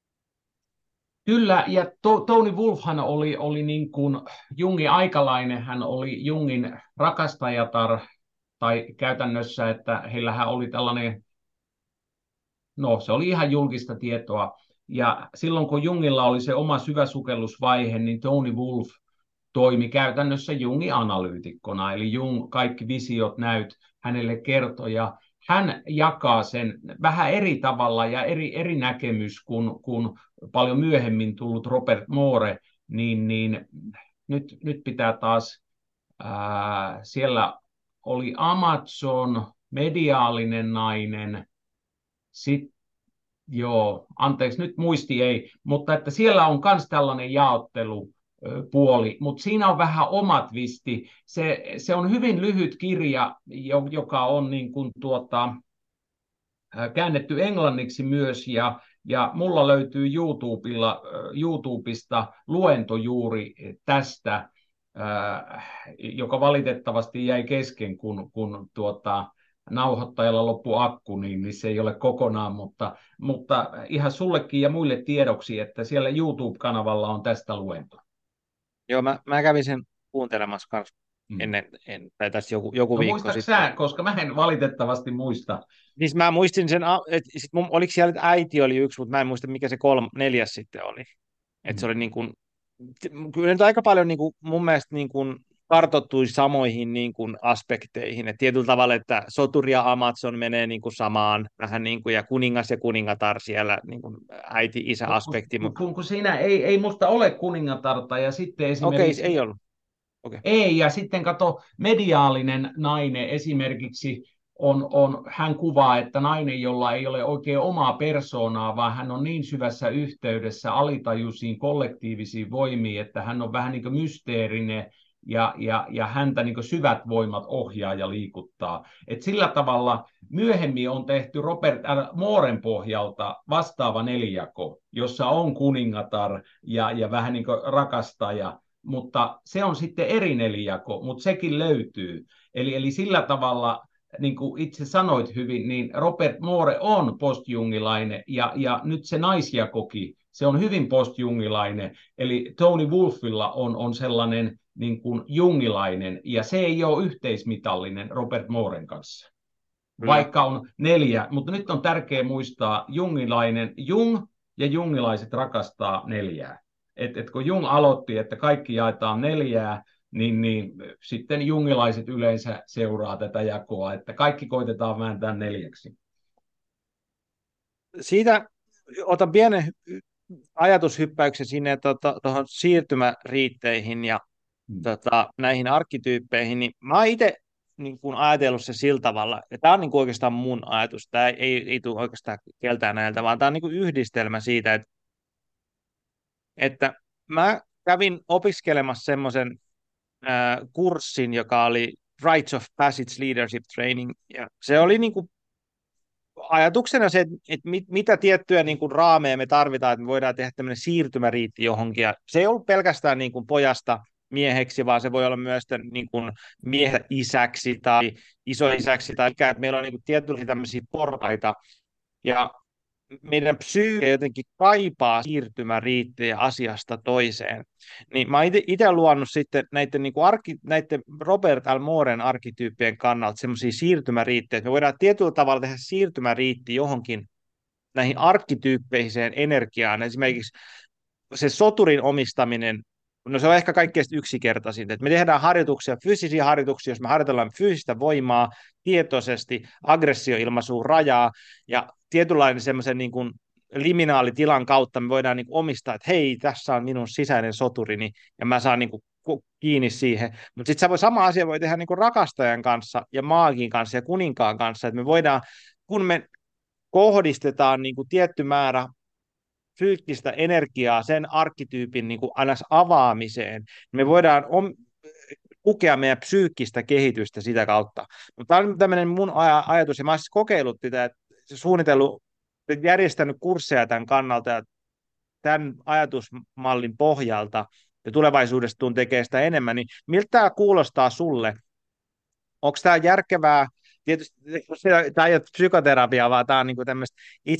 Kyllä, ja to, Tony Wolffhan oli, oli niin kuin Jungin aikalainen, hän oli Jungin rakastajatar, tai käytännössä, että heillähän oli tällainen, no se oli ihan julkista tietoa, ja silloin kun Jungilla oli se oma syväsukellusvaihe, niin Tony Wolff toimi käytännössä Jungin analyytikkona, eli Jung kaikki visiot, näyt hänelle kertoi, ja hän jakaa sen vähän eri tavalla ja eri, eri näkemys kuin, kuin paljon myöhemmin tullut Robert Moore, niin, niin nyt, nyt pitää taas, ää, siellä oli Amazon, mediaalinen nainen, sitten joo, anteeksi, nyt muisti ei, mutta että siellä on myös tällainen jaottelu, puoli, mutta siinä on vähän oma twisti. Se, se on hyvin lyhyt kirja, joka on niin kuin tuota, käännetty englanniksi myös, ja, ja mulla löytyy YouTubella, YouTubesta luento juuri tästä, joka valitettavasti jäi kesken, kun, kun tuota, nauhoittajalla loppu akku, niin, niin se ei ole kokonaan, mutta, mutta ihan sullekin ja muille tiedoksi, että siellä YouTube-kanavalla on tästä luento. Joo, mä, mä kävin sen kuuntelemassa kanssa. Mm. ennen, en, tai tässä joku, joku No viikko muistatko sitten. sä, koska mä en valitettavasti muista. Siis mä muistin sen, että sit mun, oliko siellä, että äiti oli yksi, mutta mä en muista, mikä se kolm, neljäs sitten oli. Että se oli Mm. niin kuin, kyllä nyt aika paljon niin kuin, mun mielestä niin kuin, tartottui samoihin niin kuin, aspekteihin. Et tietyllä tavalla, että soturi ja Amazon menee niin kuin, samaan, vähän niin kuin, ja kuningas ja kuningatar siellä, niin kuin, äiti-isä-aspekti. Kun, kun, kun siinä ei, ei musta ole kuningatarta ja sitten Okei, okay, esimerkiksi ei ollut. Okay. ei, ja sitten kato, mediaalinen nainen esimerkiksi on, on, hän kuvaa, että nainen, jolla ei ole oikein omaa persoonaa, vaan hän on niin syvässä yhteydessä alitajuisiin kollektiivisiin voimiin, että hän on vähän niin kuin mysteerinen ja, ja, ja häntä niin kuin syvät voimat ohjaa ja liikuttaa. Et sillä tavalla myöhemmin on tehty Robert L. Mooren pohjalta vastaava neljäko, jossa on kuningatar ja, ja vähän niin kuin rakastaja, mutta se on sitten eri nelijako, mutta sekin löytyy. Eli, eli sillä tavalla, niin kuin itse sanoit hyvin, niin Robert Moore on postjungilainen, ja, ja nyt se naisjakoki, se on hyvin postjungilainen, eli Tony Wolfilla on, on sellainen niin kuin jungilainen, ja se ei ole yhteismitallinen Robert Mooren kanssa, Kyllä. vaikka on neljä, mutta nyt on tärkeää muistaa jungilainen, Jung ja jungilaiset rakastaa neljää. Et, et kun Jung aloitti, että kaikki jaetaan neljää, niin, niin sitten jungilaiset yleensä seuraa tätä jakoa, että kaikki koitetaan vääntää neljäksi. Siitä otan pienen ajatushyppäyksen sinne tuohon siirtymäriitteihin ja Hmm. tota, näihin arkkityyppeihin, niin mä oon itse niin kuin ajatellut se sillä tavalla, ja tämä on niin kuin oikeastaan mun ajatus, tämä ei, ei, ei tule oikeastaan keltään näiltä, vaan tämä on niin kuin yhdistelmä siitä, että, että mä kävin opiskelemassa semmoisen äh, kurssin, joka oli Rites of Passage Leadership Training, ja se oli niin kuin ajatuksena se, että, että mit, mitä tiettyjä niin kuin raameja me tarvitaan, että me voidaan tehdä tämmöinen siirtymäriitti johonkin. Ja se ei ollut pelkästään niin kuin pojasta mieheksi, vaan se voi olla myös niin kuin miehestä isäksi tai isoisäksi tai ikään, että meillä on niin kuin tietynlaisia tämmöisiä portaita. Ja meidän psyyke jotenkin kaipaa siirtymäriittejä asiasta toiseen. Niin mä oon itse luonut sitten näiden, niin kuin arki, näiden Robert L. Mooren arkkityyppien kannalta semmoisia siirtymäriittejä, että me voidaan tietyllä tavalla tehdä siirtymäriitti johonkin näihin arkkityyppeiseen energiaan. Esimerkiksi se soturin omistaminen, no se on ehkä kaikkein yksinkertaisinta, että me tehdään harjoituksia, fyysisiä harjoituksia, jos me harjoitellaan fyysistä voimaa tietoisesti, aggressioilmaisuun rajaa ja tietynlainen semmoisen niin kuin liminaalitilan kautta me voidaan niin kuin omistaa, että hei, tässä on minun sisäinen soturini ja mä saan niin kuin kiinni siihen. Mutta sitten sama asia voi tehdä niin kuin rakastajan kanssa ja maagin kanssa ja kuninkaan kanssa, että me voidaan, kun me kohdistetaan niin kuin tietty määrä psyykkistä energiaa sen arkkityypin niin kuin aina avaamiseen, me voidaan om- tukea meidän psyykkistä kehitystä sitä kautta. Mutta tämä on tämmöinen mun aj- ajatus, ja mä olen siis kokeillut sitä, että suunnitellut, järjestänyt kursseja tämän kannalta, ja tämän ajatusmallin pohjalta, ja tulevaisuudessa tuun tekemään sitä enemmän, niin miltä tämä kuulostaa sulle? Onko tämä järkevää? Tietysti tämä ei ole psykoterapiaa, vaan tämä on niin tämmöistä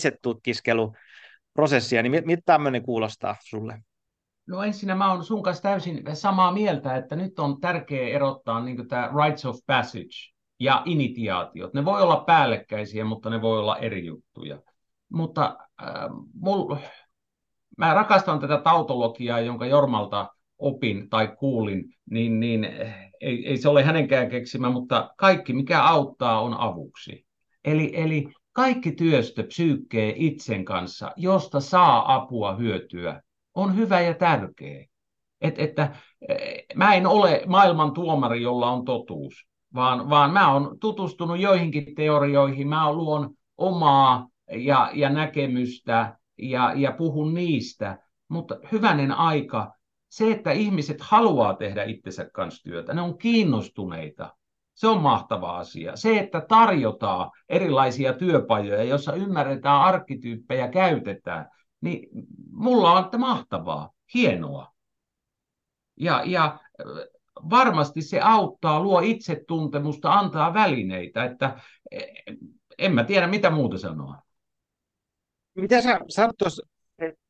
itsetutkiskeluprosessia, niin miltä tämmöinen kuulostaa sulle? No ensinnä mä oon sun kanssa täysin samaa mieltä, että nyt on tärkeää erottaa niin tämä rites of passage ja initiaatiot. Ne voi olla päällekkäisiä, mutta ne voi olla eri juttuja. Mutta äh, mul, mä rakastan tätä tautologiaa, jonka Jormalta opin tai kuulin, niin, niin ei, ei se ole hänenkään keksimä, mutta kaikki mikä auttaa on avuksi. Eli, eli kaikki työstö psyykkeen itsen kanssa, josta saa apua hyötyä, on hyvä ja tärkeä. Et, että, mä en ole maailman tuomari, jolla on totuus, vaan, vaan mä oon tutustunut joihinkin teorioihin, mä luon omaa ja, ja näkemystä ja, ja puhun niistä, mutta hyvänen aika, se, että ihmiset haluaa tehdä itsensä kanssa työtä, ne on kiinnostuneita, se on mahtava asia. Se, että tarjotaan erilaisia työpajoja, joissa ymmärretään arkkityyppejä, käytetään, niin mulla on että mahtavaa, hienoa. Ja, ja varmasti se auttaa, luo itsetuntemusta, antaa välineitä, että en mä tiedä mitä muuta sanoa. Mitä sä sanot tuossa,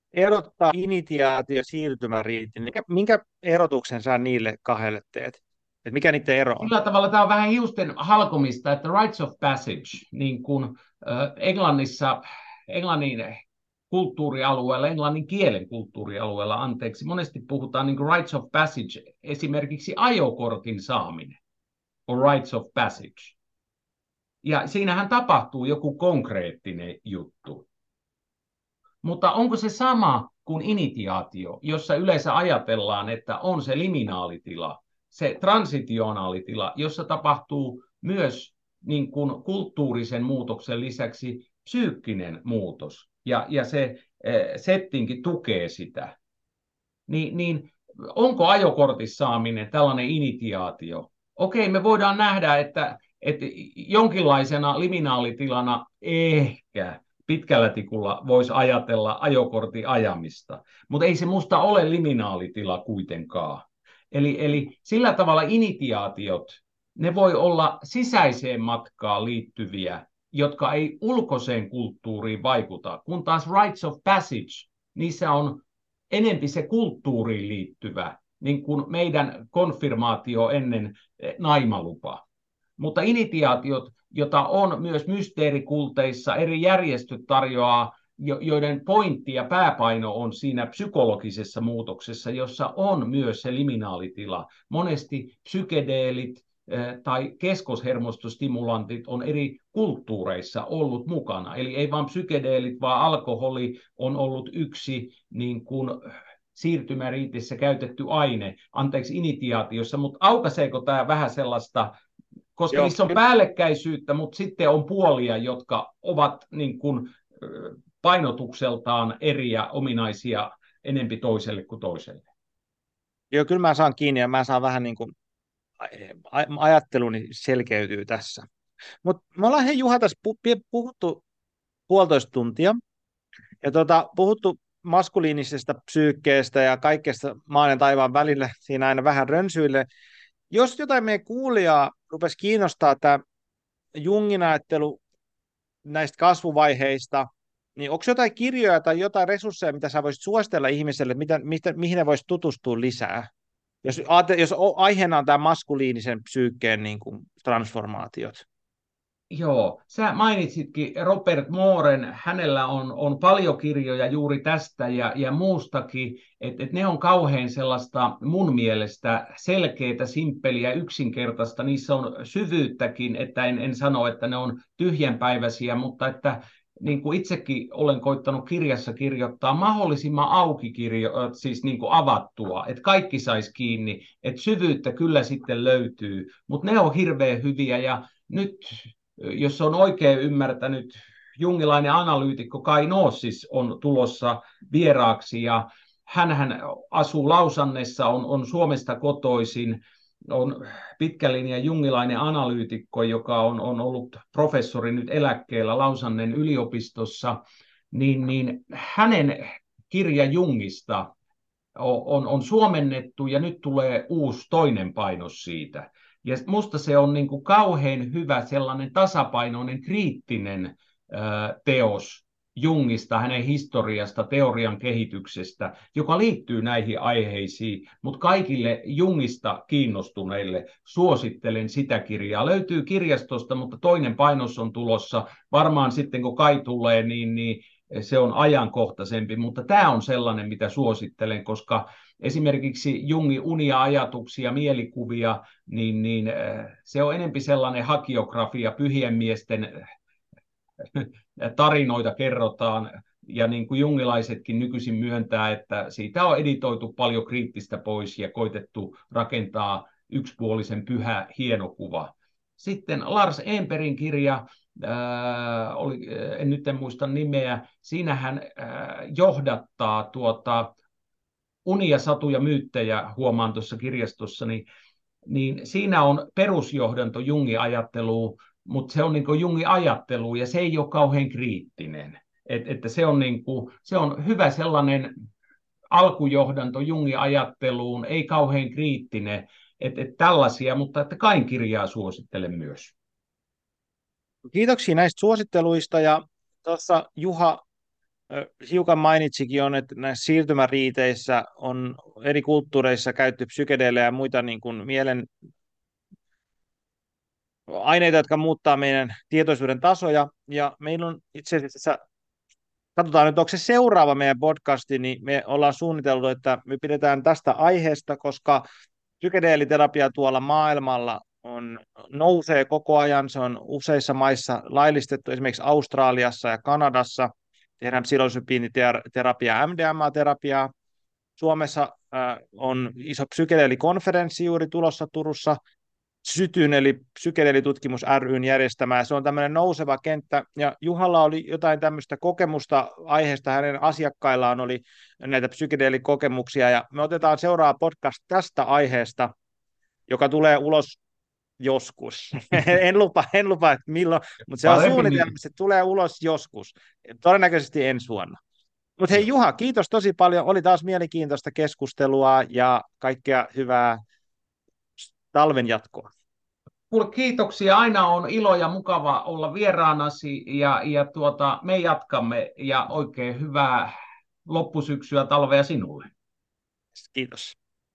erottaa initiaatio ja siirtymäriitti, minkä, minkä erotuksen sä niille kahdelle teet? Että mikä niiden ero on? Sillä tavalla tämä on vähän hiusten halkomista, että rites of passage, niin kuin äh, Englannissa, Englannin kulttuurialueella, englannin kielen kulttuurialueella, anteeksi, monesti puhutaan niin kuin rites of passage, esimerkiksi ajokortin saaminen on rites of passage. Ja siinähän tapahtuu joku konkreettinen juttu. Mutta onko se sama kuin initiaatio, jossa yleensä ajatellaan, että on se liminaalitila, se transitionaalitila, jossa tapahtuu myös niin kuin kulttuurisen muutoksen lisäksi psyykkinen muutos, ja, ja se eh, settinki tukee sitä. Ni, niin onko ajokortin saaminen tällainen initiaatio? Okei, me voidaan nähdä, että, että jonkinlaisena liminaalitilana ehkä pitkällä tikulla voisi ajatella ajokortin ajamista, mutta ei se musta ole liminaalitila kuitenkaan. Eli, eli sillä tavalla initiaatiot, ne voi olla sisäiseen matkaan liittyviä, jotka ei ulkoiseen kulttuuriin vaikuta, kun taas rites of passage, niissä on enempi se kulttuuriin liittyvä, niin kuin meidän konfirmaatio ennen naimalupaa. Mutta initiaatiot, jota on myös mysteerikulteissa, eri järjestöt tarjoaa, joiden pointti ja pääpaino on siinä psykologisessa muutoksessa, jossa on myös se liminaalitila. Monesti psykedeelit tai keskoshermostostimulantit on eri kulttuureissa ollut mukana. Eli ei vain psykedeelit, vaan alkoholi on ollut yksi niin kuin siirtymäriitissä käytetty aine, anteeksi initiaatiossa, mutta aukaiseeko tämä vähän sellaista, koska Joo, niissä on päällekkäisyyttä, mutta sitten on puolia, jotka ovat niin kuin painotukseltaan eri ja ominaisia enempi toiselle kuin toiselle. Joo, kyllä mä saan kiinni ja mä saan vähän niin kuin ajatteluni selkeytyy tässä. Mutta me ollaan hei Juha tässä puhuttu puolitoista tuntia ja tota, puhuttu maskuliinisesta psyykkeestä ja kaikesta maan ja taivaan välillä, siinä aina vähän rönsyille. Jos jotain meidän kuulijaa rupesi kiinnostaa tämä Jungin ajattelu näistä kasvuvaiheista, niin onko jotain kirjoja tai jotain resursseja, mitä sä voisit suositella ihmiselle, mitä, mistä, mihin ne voisi tutustua lisää? Jos, jos aiheena on tämä maskuliinisen psyykkeen niin kuin transformaatiot. Joo, sä mainitsitkin Robert Mooren, hänellä on, on paljon kirjoja juuri tästä ja, ja muustakin, että et ne on kauhean sellaista mun mielestä selkeää, simppeliä, yksinkertaista, niissä on syvyyttäkin, että en, en sano, että ne on tyhjänpäiväisiä, mutta että niin kuin itsekin olen koittanut kirjassa kirjoittaa mahdollisimman auki kirjo, siis niin kuin avattua, että kaikki saisi kiinni, että syvyyttä kyllä sitten löytyy, mutta ne on hirveän hyviä ja nyt jos on oikein ymmärtänyt, jungilainen analyytikko Kai Noosis on tulossa vieraaksi ja hänhän asuu Lausannessa, on, on Suomesta kotoisin, on pitkän linjan jungilainen analyytikko, joka on, on ollut professori nyt eläkkeellä Lausannen yliopistossa, niin, niin hänen kirja Jungista on, on suomennettu ja nyt tulee uusi toinen painos siitä. Ja musta se on niin kuin kauhean hyvä sellainen tasapainoinen kriittinen äh, teos Jungista, hänen historiasta, teorian kehityksestä, joka liittyy näihin aiheisiin, mutta kaikille Jungista kiinnostuneille suosittelen sitä kirjaa. Löytyy kirjastosta, mutta toinen painos on tulossa. Varmaan sitten kun Kai tulee, niin, niin se on ajankohtaisempi, mutta tämä on sellainen, mitä suosittelen, koska esimerkiksi Jungin unia, ajatuksia, mielikuvia, niin, niin se on enempi sellainen hagiografia, pyhien miesten tarinoita kerrotaan, ja niin kuin jungilaisetkin nykyisin myöntää, että siitä on editoitu paljon kriittistä pois ja koitettu rakentaa yksipuolisen pyhä hieno kuva. Sitten Lars Enbergin kirja, Äh, oli, en nyt en muista nimeä, siinä hän äh, johdattaa tuota, unia, satuja, myyttejä, huomaan tuossa kirjastossa, niin, niin siinä on perusjohdanto Jungin ajatteluun, mutta se on niin kuin Jungin ajattelu ja se ei ole kauhean kriittinen. Et, että se, on niin kuin, se on hyvä sellainen alkujohdanto Jungin ajatteluun, ei kauhean kriittinen, että et tällaisia, mutta että Kain kirjaa suosittelen myös. Kiitoksia näistä suositteluista ja tuossa Juha hiukan mainitsikin on, että näissä siirtymäriiteissä on eri kulttuureissa käytetty psykedeelejä ja muita niin kuin mielen aineita, jotka muuttaa meidän tietoisuuden tasoja. Ja meillä on itse asiassa, katsotaan nyt, onko se seuraava meidän podcasti, niin me ollaan suunniteltu, että me pidetään tästä aiheesta, koska psykedeeliterapia tuolla maailmalla on, nousee koko ajan. Se on useissa maissa laillistettu, esimerkiksi Australiassa ja Kanadassa. Tehdään psilosybiiniterapiaa, M D M A-terapiaa. Suomessa äh, on iso psykedeelikonferenssi juuri tulossa Turussa. Sytyn, eli Psykedeelitutkimus ry:n järjestämää. Se on tämmöinen nouseva kenttä, ja Juhalla oli jotain tämmöistä kokemusta aiheesta, hänen asiakkaillaan oli näitä psykedeelikokemuksia, ja me otetaan seuraava podcast tästä aiheesta, joka tulee ulos joskus. en lupa, en lupa, että milloin, mutta se on Parempi suunnitelma, niin. se tulee ulos joskus, todennäköisesti ensi vuonna. Mutta hei Juha, kiitos tosi paljon, oli taas mielenkiintoista keskustelua, ja kaikkea hyvää talven jatkoa. Kuule, kiitoksia. Aina on ilo ja mukava olla vieraanasi ja, ja tuota, me jatkamme ja oikein hyvää loppusyksyä talvea sinulle. Kiitos.